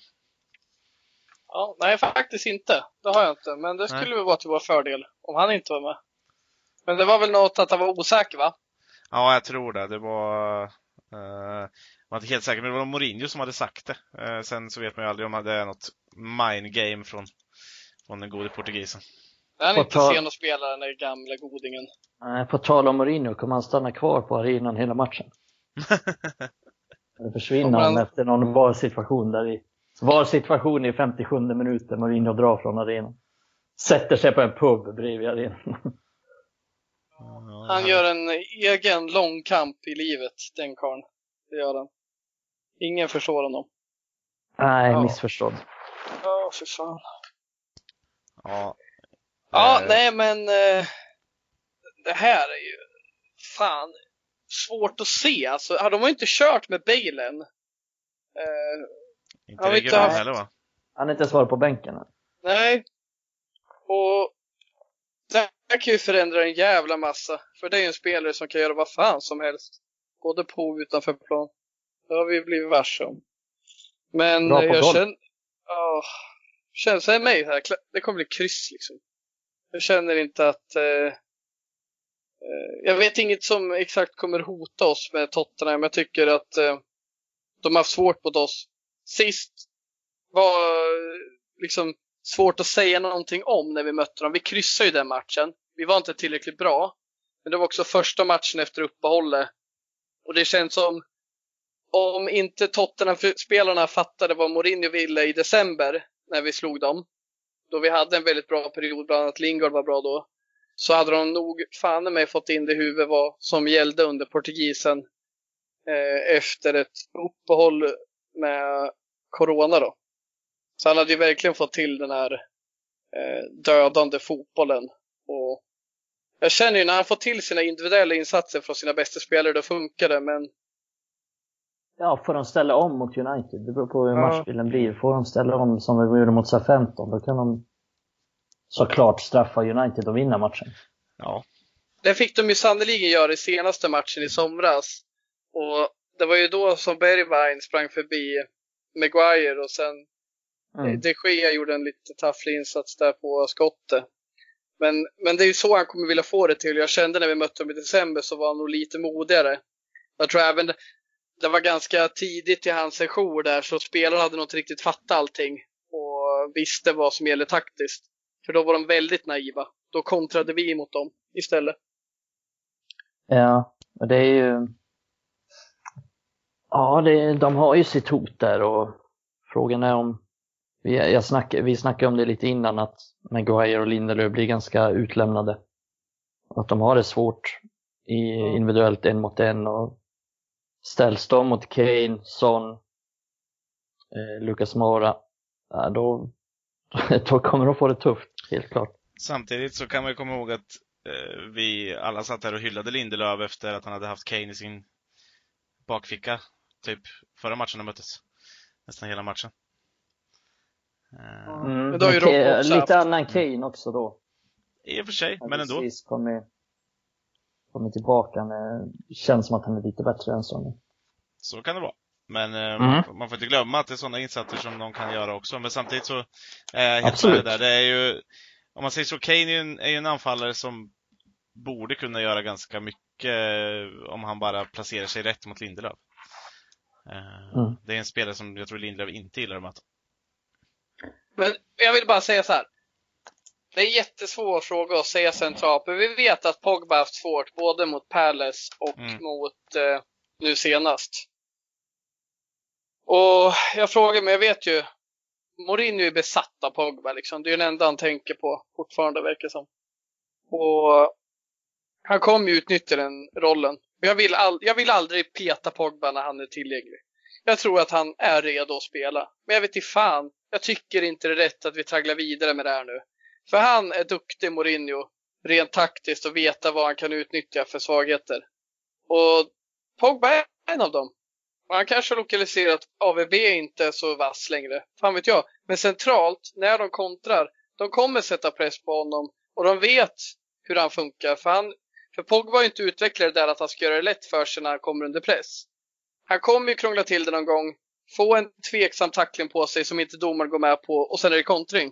Ja, nej, faktiskt inte. Det har jag inte. Men det skulle Nej. väl vara till vår fördel om han inte var med. Men det var väl något att han var osäker, va? Ja, jag tror det. Det var... Uh, jag var inte helt säker, men det var Mourinho som hade sagt det. Uh, sen så vet man ju aldrig om det är något mind game från, från den gode portugisen. Han är På inte tal- sen att spela den där gamla godingen. Nej, på tal om Mourinho kommer han stanna kvar på arenan hela matchen. Det försvinner Kommer han- han efter någon VAR-situation där i VAR-situation i femtiosjunde minuten. Mourinho drar från arenan. Sätter sig på en pub bredvid arenan. Han gör en egen lång kamp i livet, den karln. Det gör han. Ingen förstår honom. Nej, Ja. missförstådd. Ja, för fan. Ja, Ja, Eh, nej men eh, det här är ju fan svårt att se. Alltså, ja, de har ju inte kört med Bale än. Eh, inte har vi inte regionalt haft- heller, va? Han är inte svarat på bänken än. nej. Och det här kan ju förändra en jävla massa. För det är ju en spelare som kan göra vad fan som helst. Både på och utanför plan. Det har vi blivit varse om. Men Bra på jag golf. känner... Ja, känner sig mig här. Det kommer bli kryss liksom. Jag känner inte att... Eh, eh, jag vet inget som exakt kommer hota oss med Tottenham. Jag tycker att eh, de har haft svårt mot oss. Sist var eh, liksom svårt att säga någonting om när vi mötte dem. Vi kryssade ju den matchen. Vi var inte tillräckligt bra. Men det var också första matchen efter uppehållet. Och det känns som om inte Tottenham-spelarna fattade vad Mourinho ville i december när vi slog dem. Då vi hade en väldigt bra period, bland annat Lingard var bra då. Så hade de nog fan med mig fått in det i huvudet vad som gällde under portugisen. Eh, efter ett uppehåll med corona då. Så han hade ju verkligen fått till den här eh, dödande fotbollen. Och jag känner ju när han får till sina individuella insatser från sina bästa spelare, då funkar det. Men Ja, får de ställa om mot United? Det beror på hur Ja. matchbilden blir. Får de ställa om som vi gjorde mot Southampton, då kan de såklart straffa United och vinna matchen. Ja. det fick de ju sannoliken göra i senaste matchen i somras. Och det var ju då som Bergwijn sprang förbi Maguire och sen Mm. De Gea gjorde en lite tafflig insats där på skottet. Men, men det är ju så han kommer vilja få det till. Jag kände när vi mötte honom i december så var han nog lite modigare. Jag tror även det, det var ganska tidigt i hans session där, så spelarna hade nog inte riktigt fattat allting och visste vad som gäller taktiskt. För då var de väldigt naiva. Då kontrade vi mot dem istället. Ja, och det är ju... Ja, det, de har ju sitt hot där och frågan är om... Vi, jag snack, vi snackade om det lite innan att Maguire och Lindelöf blir ganska utlämnade. Att de har det svårt i individuellt en mot en och ställs de mot Kane, Son, eh, Lucas Moura, ja, då, då kommer de få det tufft, helt klart. Samtidigt så kan man ju komma ihåg att eh, vi alla satt här och hyllade Lindelöf efter att han hade haft Kane i sin bakficka typ förra matchen de möttes. Nästan hela matchen. Eh, Mm, Men då har ju men Robbo Ka- också lite haft- annan Kane också då. I och för sig, men ändå. Precis, kommer, kommer tillbaka. Med, känns som att han är lite bättre än Son. Så kan det vara. Men eh, Mm. man får inte glömma att det är sådana insatser som de kan göra också. Men samtidigt så är jag helt Absolut. med där. Det är ju, om man säger så, Kane är ju en, är ju en anfallare som borde kunna göra ganska mycket eh, om han bara placerar sig rätt mot Lindelöf. Eh, Mm. Det är en spelare som jag tror Lindelöf inte gillar att möta. Men jag vill bara säga så här. Det är en jättesvår fråga att säga centralt. Men vi vet att Pogba har haft svårt både mot Palace och Mm. mot eh, nu senast. Och jag frågar mig, jag vet ju, Mourinho är besatt av Pogba liksom. Det är ju den enda han tänker på fortfarande, verkar som. Och han kommer ju utnyttja den rollen. Jag vill, all, jag vill aldrig peta Pogba när han är tillgänglig. Jag tror att han är redo att spela. Men jag vet inte fan. Jag tycker inte det är rätt att vi tragglar vidare med det här nu. För han är duktig, Mourinho, rent taktiskt och veta vad han kan utnyttja för svagheter. Och Pogba är en av dem. Och han kanske har lokaliserat A V B inte så vass längre. Fan vet jag. Men centralt, när de kontrar, de kommer sätta press på honom. Och de vet hur han funkar. För, han, för Pogba har ju inte utvecklat det där att han ska göra det lätt för sig när han kommer under press. Han kommer ju krångla till det någon gång. Få en tveksam tackling på sig som inte domaren går med på. Och sen är det kontring.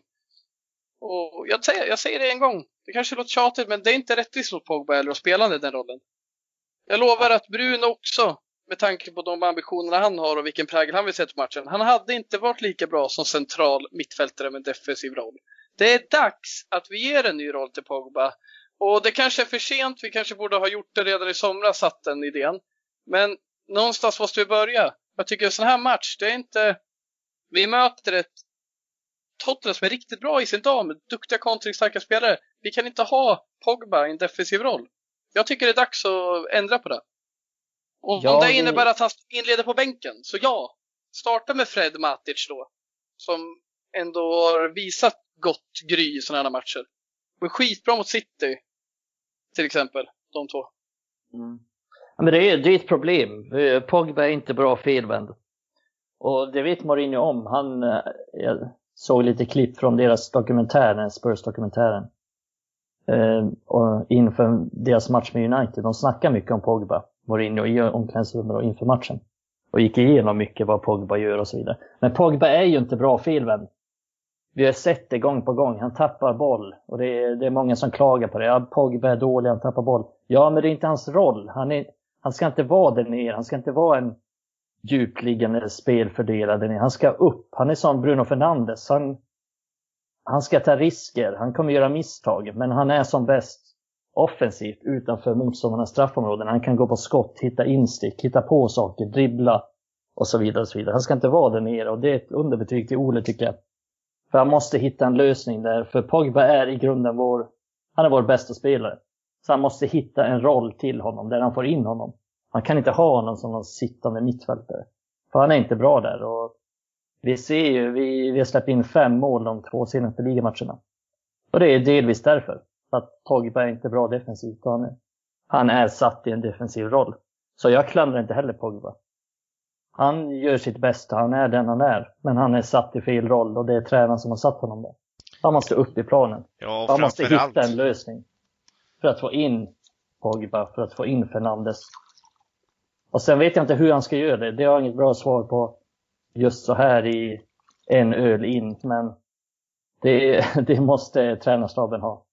Och jag säger, jag säger det en gång. Det kanske låter tjatigt, men det är inte rättvist mot Pogba eller att spela i den rollen. Jag lovar att Bruno också, med tanke på de ambitionerna han har och vilken prägel han vill sätta på matchen. Han hade inte varit lika bra som central mittfältare med defensiv roll. Det är dags att vi ger en ny roll till Pogba. Och det kanske är för sent. Vi kanske borde ha gjort det redan i somras, satt den idén. Men någonstans måste vi börja. Jag tycker en sån här match, det är inte... Vi möter ett Tottenham som är riktigt bra i sin dag med duktiga kontringsstarka spelare. Vi kan inte ha Pogba i en defensiv roll. Jag tycker det är dags att ändra på det. Och Ja, om det det... innebär att han inleder på bänken, så ja, starta med Fred Matic då. Som ändå har visat gott gry i sådana här matcher. Men skitbra mot City, till exempel, de två. Mm. Ja, men det är, det är ett problem. Pogba är inte bra felvänd. Och det vet Mourinho om. Han, jag såg lite klipp från deras dokumentären, Spurs-dokumentären. Eh, och inför deras match med United. De snackar mycket om Pogba. Mourinho i omklädningsrummet inför matchen. Och gick igenom mycket vad Pogba gör och så vidare. Men Pogba är ju inte bra felvänd. Vi har sett det gång på gång. Han tappar boll. Och det är, det är många som klagar på det. Ja, Pogba är dålig, han tappar boll. Ja, men det är inte hans roll. Han, är, han ska inte vara där nere. Han ska inte vara en djupliggande spelfördelare där nere. Han ska upp. Han är som Bruno Fernandes. Han, han ska ta risker. Han kommer göra misstag. Men han är som bäst offensivt utanför motståndarnas straffområden. Han kan gå på skott, hitta instick, hitta på saker, dribbla och så vidare och så vidare. Han ska inte vara där nere. Och det är ett underbetyg till Ole, tycker jag. För han måste hitta en lösning där. För Pogba är i grunden vår, han är vår bästa spelare. Så han måste hitta en roll till honom där han får in honom. Man kan inte ha honom som någon sittande mittfältare. För han är inte bra där. Och vi ser ju, vi, vi har släppt in fem mål de två senaste ligamatcherna. Och det är delvis därför. För att Pogba är inte bra defensivt. Han är, han är satt i en defensiv roll. Så jag klandrar inte heller Pogba. Han gör sitt bästa, han är den han är. Men han är satt i fel roll och det är tränaren som har satt honom där. Han måste upp i planen. Ja, han måste hitta allt. en lösning. För att få in Pogba, för att få in Fernandes. Och sen vet jag inte hur han ska göra det. Det har jag inget bra svar på just så här i en öl in. Men det, det måste tränarstaben ha.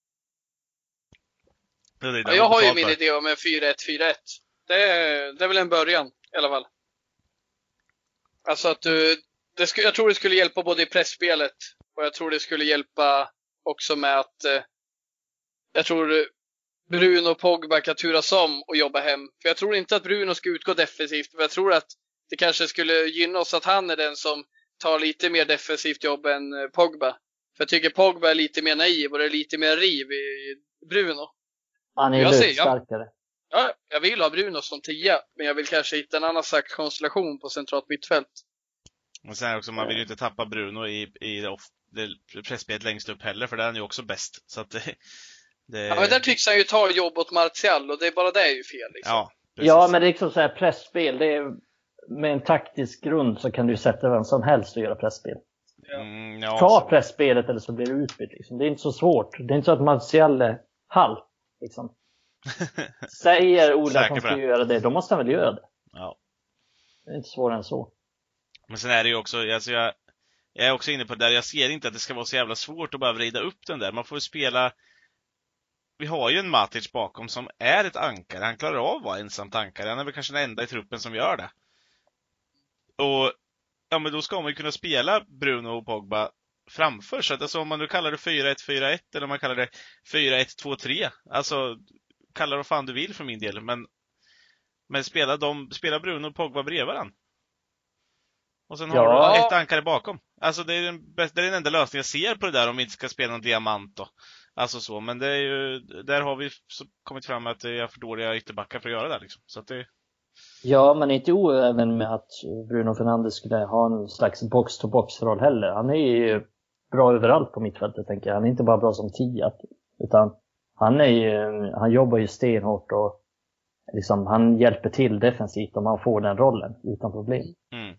Det är det Ja, jag har ju för. min idé om en fyra ett fyra ett. Det är, det är väl en början i alla fall. Alltså att du, det skulle, jag tror det skulle hjälpa både i pressspelet och jag tror det skulle hjälpa också med att eh, jag tror Bruno och Pogba kan turas om och jobba hem. För jag tror inte att Bruno ska utgå defensivt, men jag tror att det kanske skulle gynna oss att han är den som tar lite mer defensivt jobb än Pogba. För jag tycker Pogba är lite mer naiv och det är lite mer riv i Bruno. Han är lite starkare. Ja, jag vill ha Bruno som tia, men jag vill kanske hitta en annan slags konstellation på centralt mittfält. Och sen också, man vill ju inte tappa Bruno i, i det, det pressspelet längst upp heller, för där är han ju också bäst. Så att det, det... Ja, men där tycks han ju ta jobb åt Martial och det är bara det är ju fel liksom. Ja, ja, men det är liksom så här pressspel. Det är, med en taktisk grund så kan du sätta vem som helst och göra pressspel. Ja. Mm, ja, Ta så. pressspelet eller så blir det utbytt. Liksom. Det är inte så svårt. Det är inte så att Martial är halv. Liksom. Säger Ola att han ska göra det, då måste han väl göra det. Ja. Det är inte svårare än så. Men sen är det ju också, alltså jag, jag är också inne på det där, jag ser inte att det ska vara så jävla svårt att bara vrida upp den där. Man får spela, vi har ju en Matic bakom som är ett ankare. Han klarar av att vara ensamt ankare. Han är väl kanske den enda i truppen som gör det. Och ja, men då ska man ju kunna spela Bruno och Pogba framför. Så att alltså, om man nu kallar det fyra ett fyra ett eller om man kallar det fyra ett två tre. Alltså, kalla det vad fan du vill för min del. Men, men spela, de, spela Bruno och Pogba bredvid varandra. Och sen har Ja. du ett ankare bakom. Alltså det är, den, det är den enda lösningen jag ser på det där om vi inte ska spela någon diamant då. Alltså så, men det är ju, där har vi så kommit fram att det är för dåliga ytterbackar för att göra det liksom. Så att det... Ja, men inte oäven med att Bruno Fernandes skulle ha en slags box-to-box-roll heller. Han är ju bra överallt på mittfältet, tänker jag. Han är inte bara bra som tia, utan han, är ju, han jobbar ju stenhårt och liksom, han hjälper till defensivt om han får den rollen utan problem. Mm.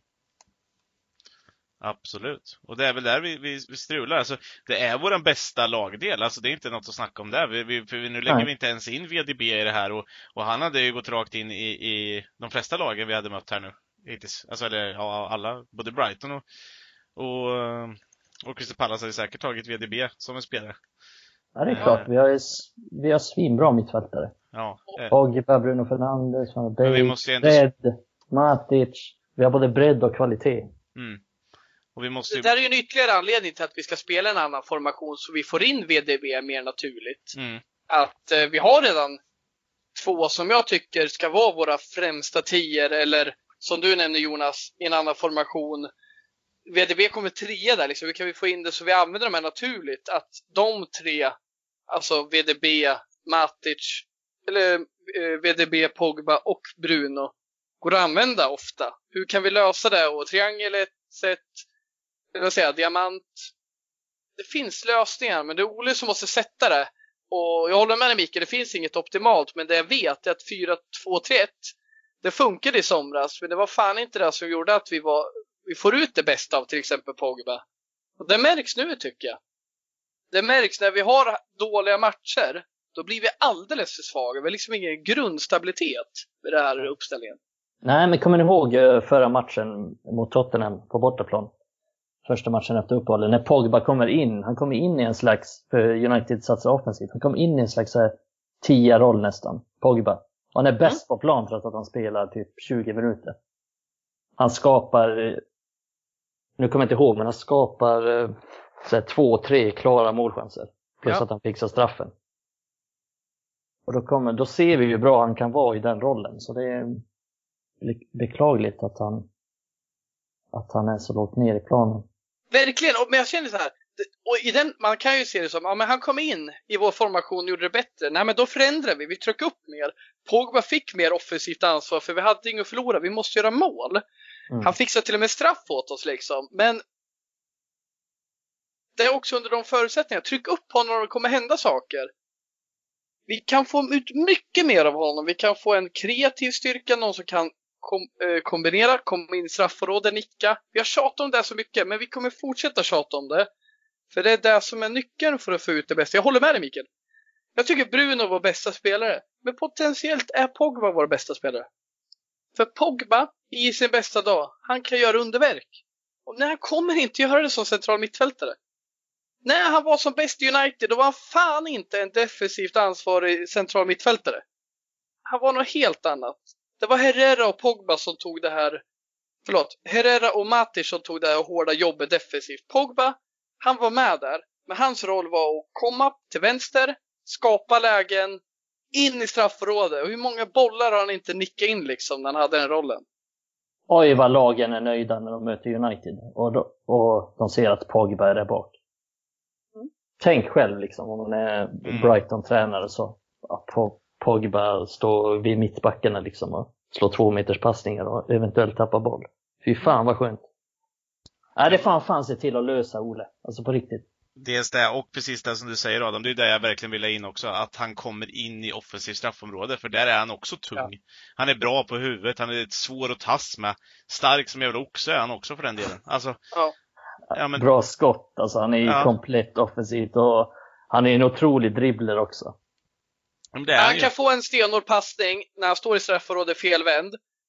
Absolut. Och det är väl där vi, vi, vi strular. Alltså, det är vår bästa lagdel. Alltså, det är inte något att snacka om där. Vi, vi, för nu lägger Nej. vi inte ens in V D B i det här. Och, och han hade ju gått rakt in i, i de flesta lagen vi hade mött här nu. Hittills. Alltså, eller, ja, alla. Både Brighton och, och, och Crystal Palace hade säkert tagit V D B som en spelare. Ja, det är klart. Vi har, vi har svinbra mittfältare. Ja. Pogba, Bruno Fernandes, Bale, ändå... Bredd, Matic. Vi har både bredd och kvalitet. Mm. Och vi måste ju... Det där är ju en ytterligare anledning till att vi ska spela en annan formation så vi får in V D B mer naturligt. Mm. Att eh, vi har redan två som jag tycker ska vara våra främsta tior, eller som du nämnde Jonas, i en annan formation. V D B kommer trea där liksom. Hur kan vi få in det så vi använder dem här naturligt? Att de tre, alltså V D B, Matic, eller eh, V D B, Pogba och Bruno går att använda ofta. Hur kan vi lösa det? Och triangel är ett sätt, eller vad säger jag, diamant. Det finns lösningar, men det är Ole som måste sätta det. Och jag håller med dig Mikael, det finns inget optimalt, men det jag vet är att fyra två tre ett, det funkade i somras, men det var fan inte det som gjorde att vi var vi får ut det bästa av till exempel Pogba. Och det märks nu tycker jag. Det märks när vi har dåliga matcher, då blir vi alldeles för svaga. Vi har liksom ingen grundstabilitet med den här uppställningen. Nej, men kommer ni ihåg förra matchen mot Tottenham på bortaplan? Första matchen efter uppehållet. När Pogba kommer in, han kommer in i en slags, för United satsar offensivt, han kommer in i en slags tia-roll nästan, Pogba. Och han är bäst mm. på plan trots att han spelar typ tjugo minuter. Han skapar, nu kommer jag inte ihåg, men han skapar så här, två, tre klara målchanser. Plus ja. att han fixar straffen. Och då, kommer, då ser vi hur bra han kan vara i den rollen. Så det är beklagligt att han, att han är så lågt ner i planen. Verkligen, men jag känner så här. Och i den, man kan ju se det som, ja men han kom in i vår formation och gjorde det bättre. Nej men då förändrar vi, vi tryck upp mer. Pogba fick mer offensivt ansvar för vi hade inget att förlora, vi måste göra mål. Mm. Han fixade till och med straff åt oss liksom. Men det är också under de förutsättningarna, tryck upp honom och det kommer hända saker. Vi kan få ut mycket mer av honom, vi kan få en kreativ styrka, någon som kan kom, eh, kombinera, komma in i straffområdet, nicka. Vi har tjatat om det så mycket, men vi kommer fortsätta tjata om det. För det är det som är nyckeln för att få ut det bästa. Jag håller med dig Mikael. Jag tycker Bruno var bästa spelare. Men potentiellt är Pogba vår bästa spelare. För Pogba i sin bästa dag, han kan göra underverk. Och när han kommer inte göra det som central mittfältare. När han var som bäst i United, då var han fan inte en defensivt ansvarig central mittfältare. Han var något helt annat. Det var Herrera och Pogba som tog det här, förlåt, Herrera och Matic som tog det här hårda jobbet defensivt. Pogba, han var med där, men hans roll var att komma till vänster, skapa lägen, in i straffområdet. Och hur många bollar har han inte nickat in liksom när han hade den rollen? Oj vad lagen är nöjda när de möter United. Och, då, och de ser att Pogba är där bak. Mm. Tänk själv liksom om man är Brighton-tränare så. Att Pogba står vid mittbackarna liksom och slår två meters passningar och eventuellt tappar boll. Fy fan vad skönt. Nej, det fan fan se till att lösa Ole. Alltså på riktigt. Dels det, och precis det som du säger Adam, det är det jag verkligen vill ha in också, att han kommer in i offensiv straffområde, för där är han också tung. Ja. Han är bra på huvudet, han är svår att tas med. Stark som jävla oxe är han också för den delen. Alltså, ja. Ja, men... Bra skott, alltså han är ju ja. komplett offensivt och han är en otrolig dribbler också. Han, han kan få en stenhård passning när han står i straffområdet felvänd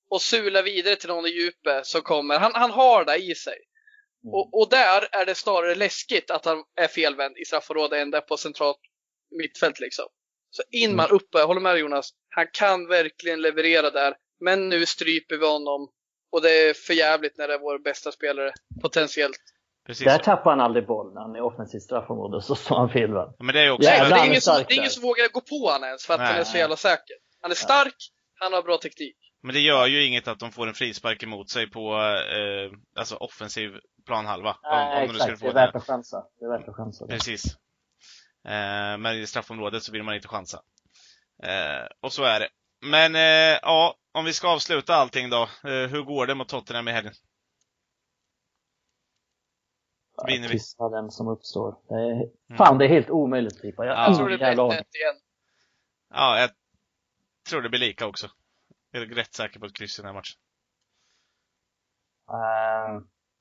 och sula vidare till någon i djupet så kommer han, han har det i sig. Mm. Och, och där är det snarare läskigt att han är felvänd i straffområdet än där på centralt mittfält liksom. Så in man uppe, jag håller med Jonas, han kan verkligen leverera där, men nu stryper vi honom och det är för jävligt när det är vår bästa spelare potentiellt. Precis. Där tappar han aldrig bollen, när han är offensivt straffområde så står han felvänd. Men det är också Nej, det är ingen, som, det är ingen som vågar gå på han ens för att nej, han är så jävla säker. Han är stark, han har bra teknik. Men det gör ju inget att de får en frispark emot sig på eh, alltså offensiv planhalva. Nej, om, om exakt. Det är värt att chansa. Det är värt att chansa. Precis. Eh, men i straffområdet så vill man inte chansa. Eh, och så är det. Men eh, ja, om vi ska avsluta allting då. Eh, hur går det mot Tottenham i helgen? Vinner vi? Den som uppstår. Det är, mm. Fan, det är helt omöjligt. Typ. Jag, ja. jag tror det blir ett igen. Ja, jag tror det blir lika också. Jag är rätt säker på ett kryss i den här matchen. Uh,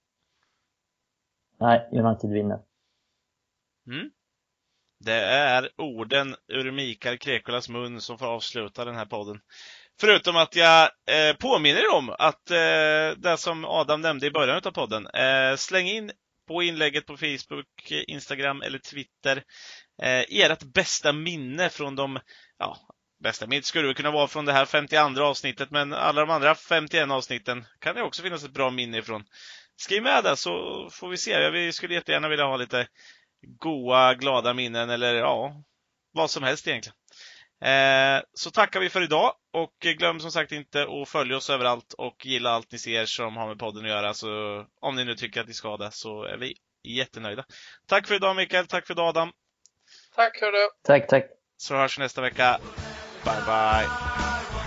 nej, United vinner. Mm. Det är orden ur Mikael Krekolas mun som får avsluta den här podden. Förutom att jag eh, påminner om att eh, det som Adam nämnde i början av podden. Eh, släng in på inlägget på Facebook, Instagram eller Twitter eh, ert bästa minne från de, ja, bästa minne skulle det kunna vara från det här femtioandra avsnittet, men alla de andra femtioen avsnitten kan det också finnas ett bra minne ifrån. Skriv med det så får vi se. Vi skulle jättegärna vilja ha lite goa, glada minnen eller ja, vad som helst egentligen. Eh, så tackar vi för idag och glöm som sagt inte att följa oss överallt och gilla allt ni ser som har med podden att göra. Så om ni nu tycker att ni ska det så är vi jättenöjda. Tack för idag Mikael, tack för idag Adam. Tack hördu. Tack, tack. Så hörs nästa vecka. Bye bye.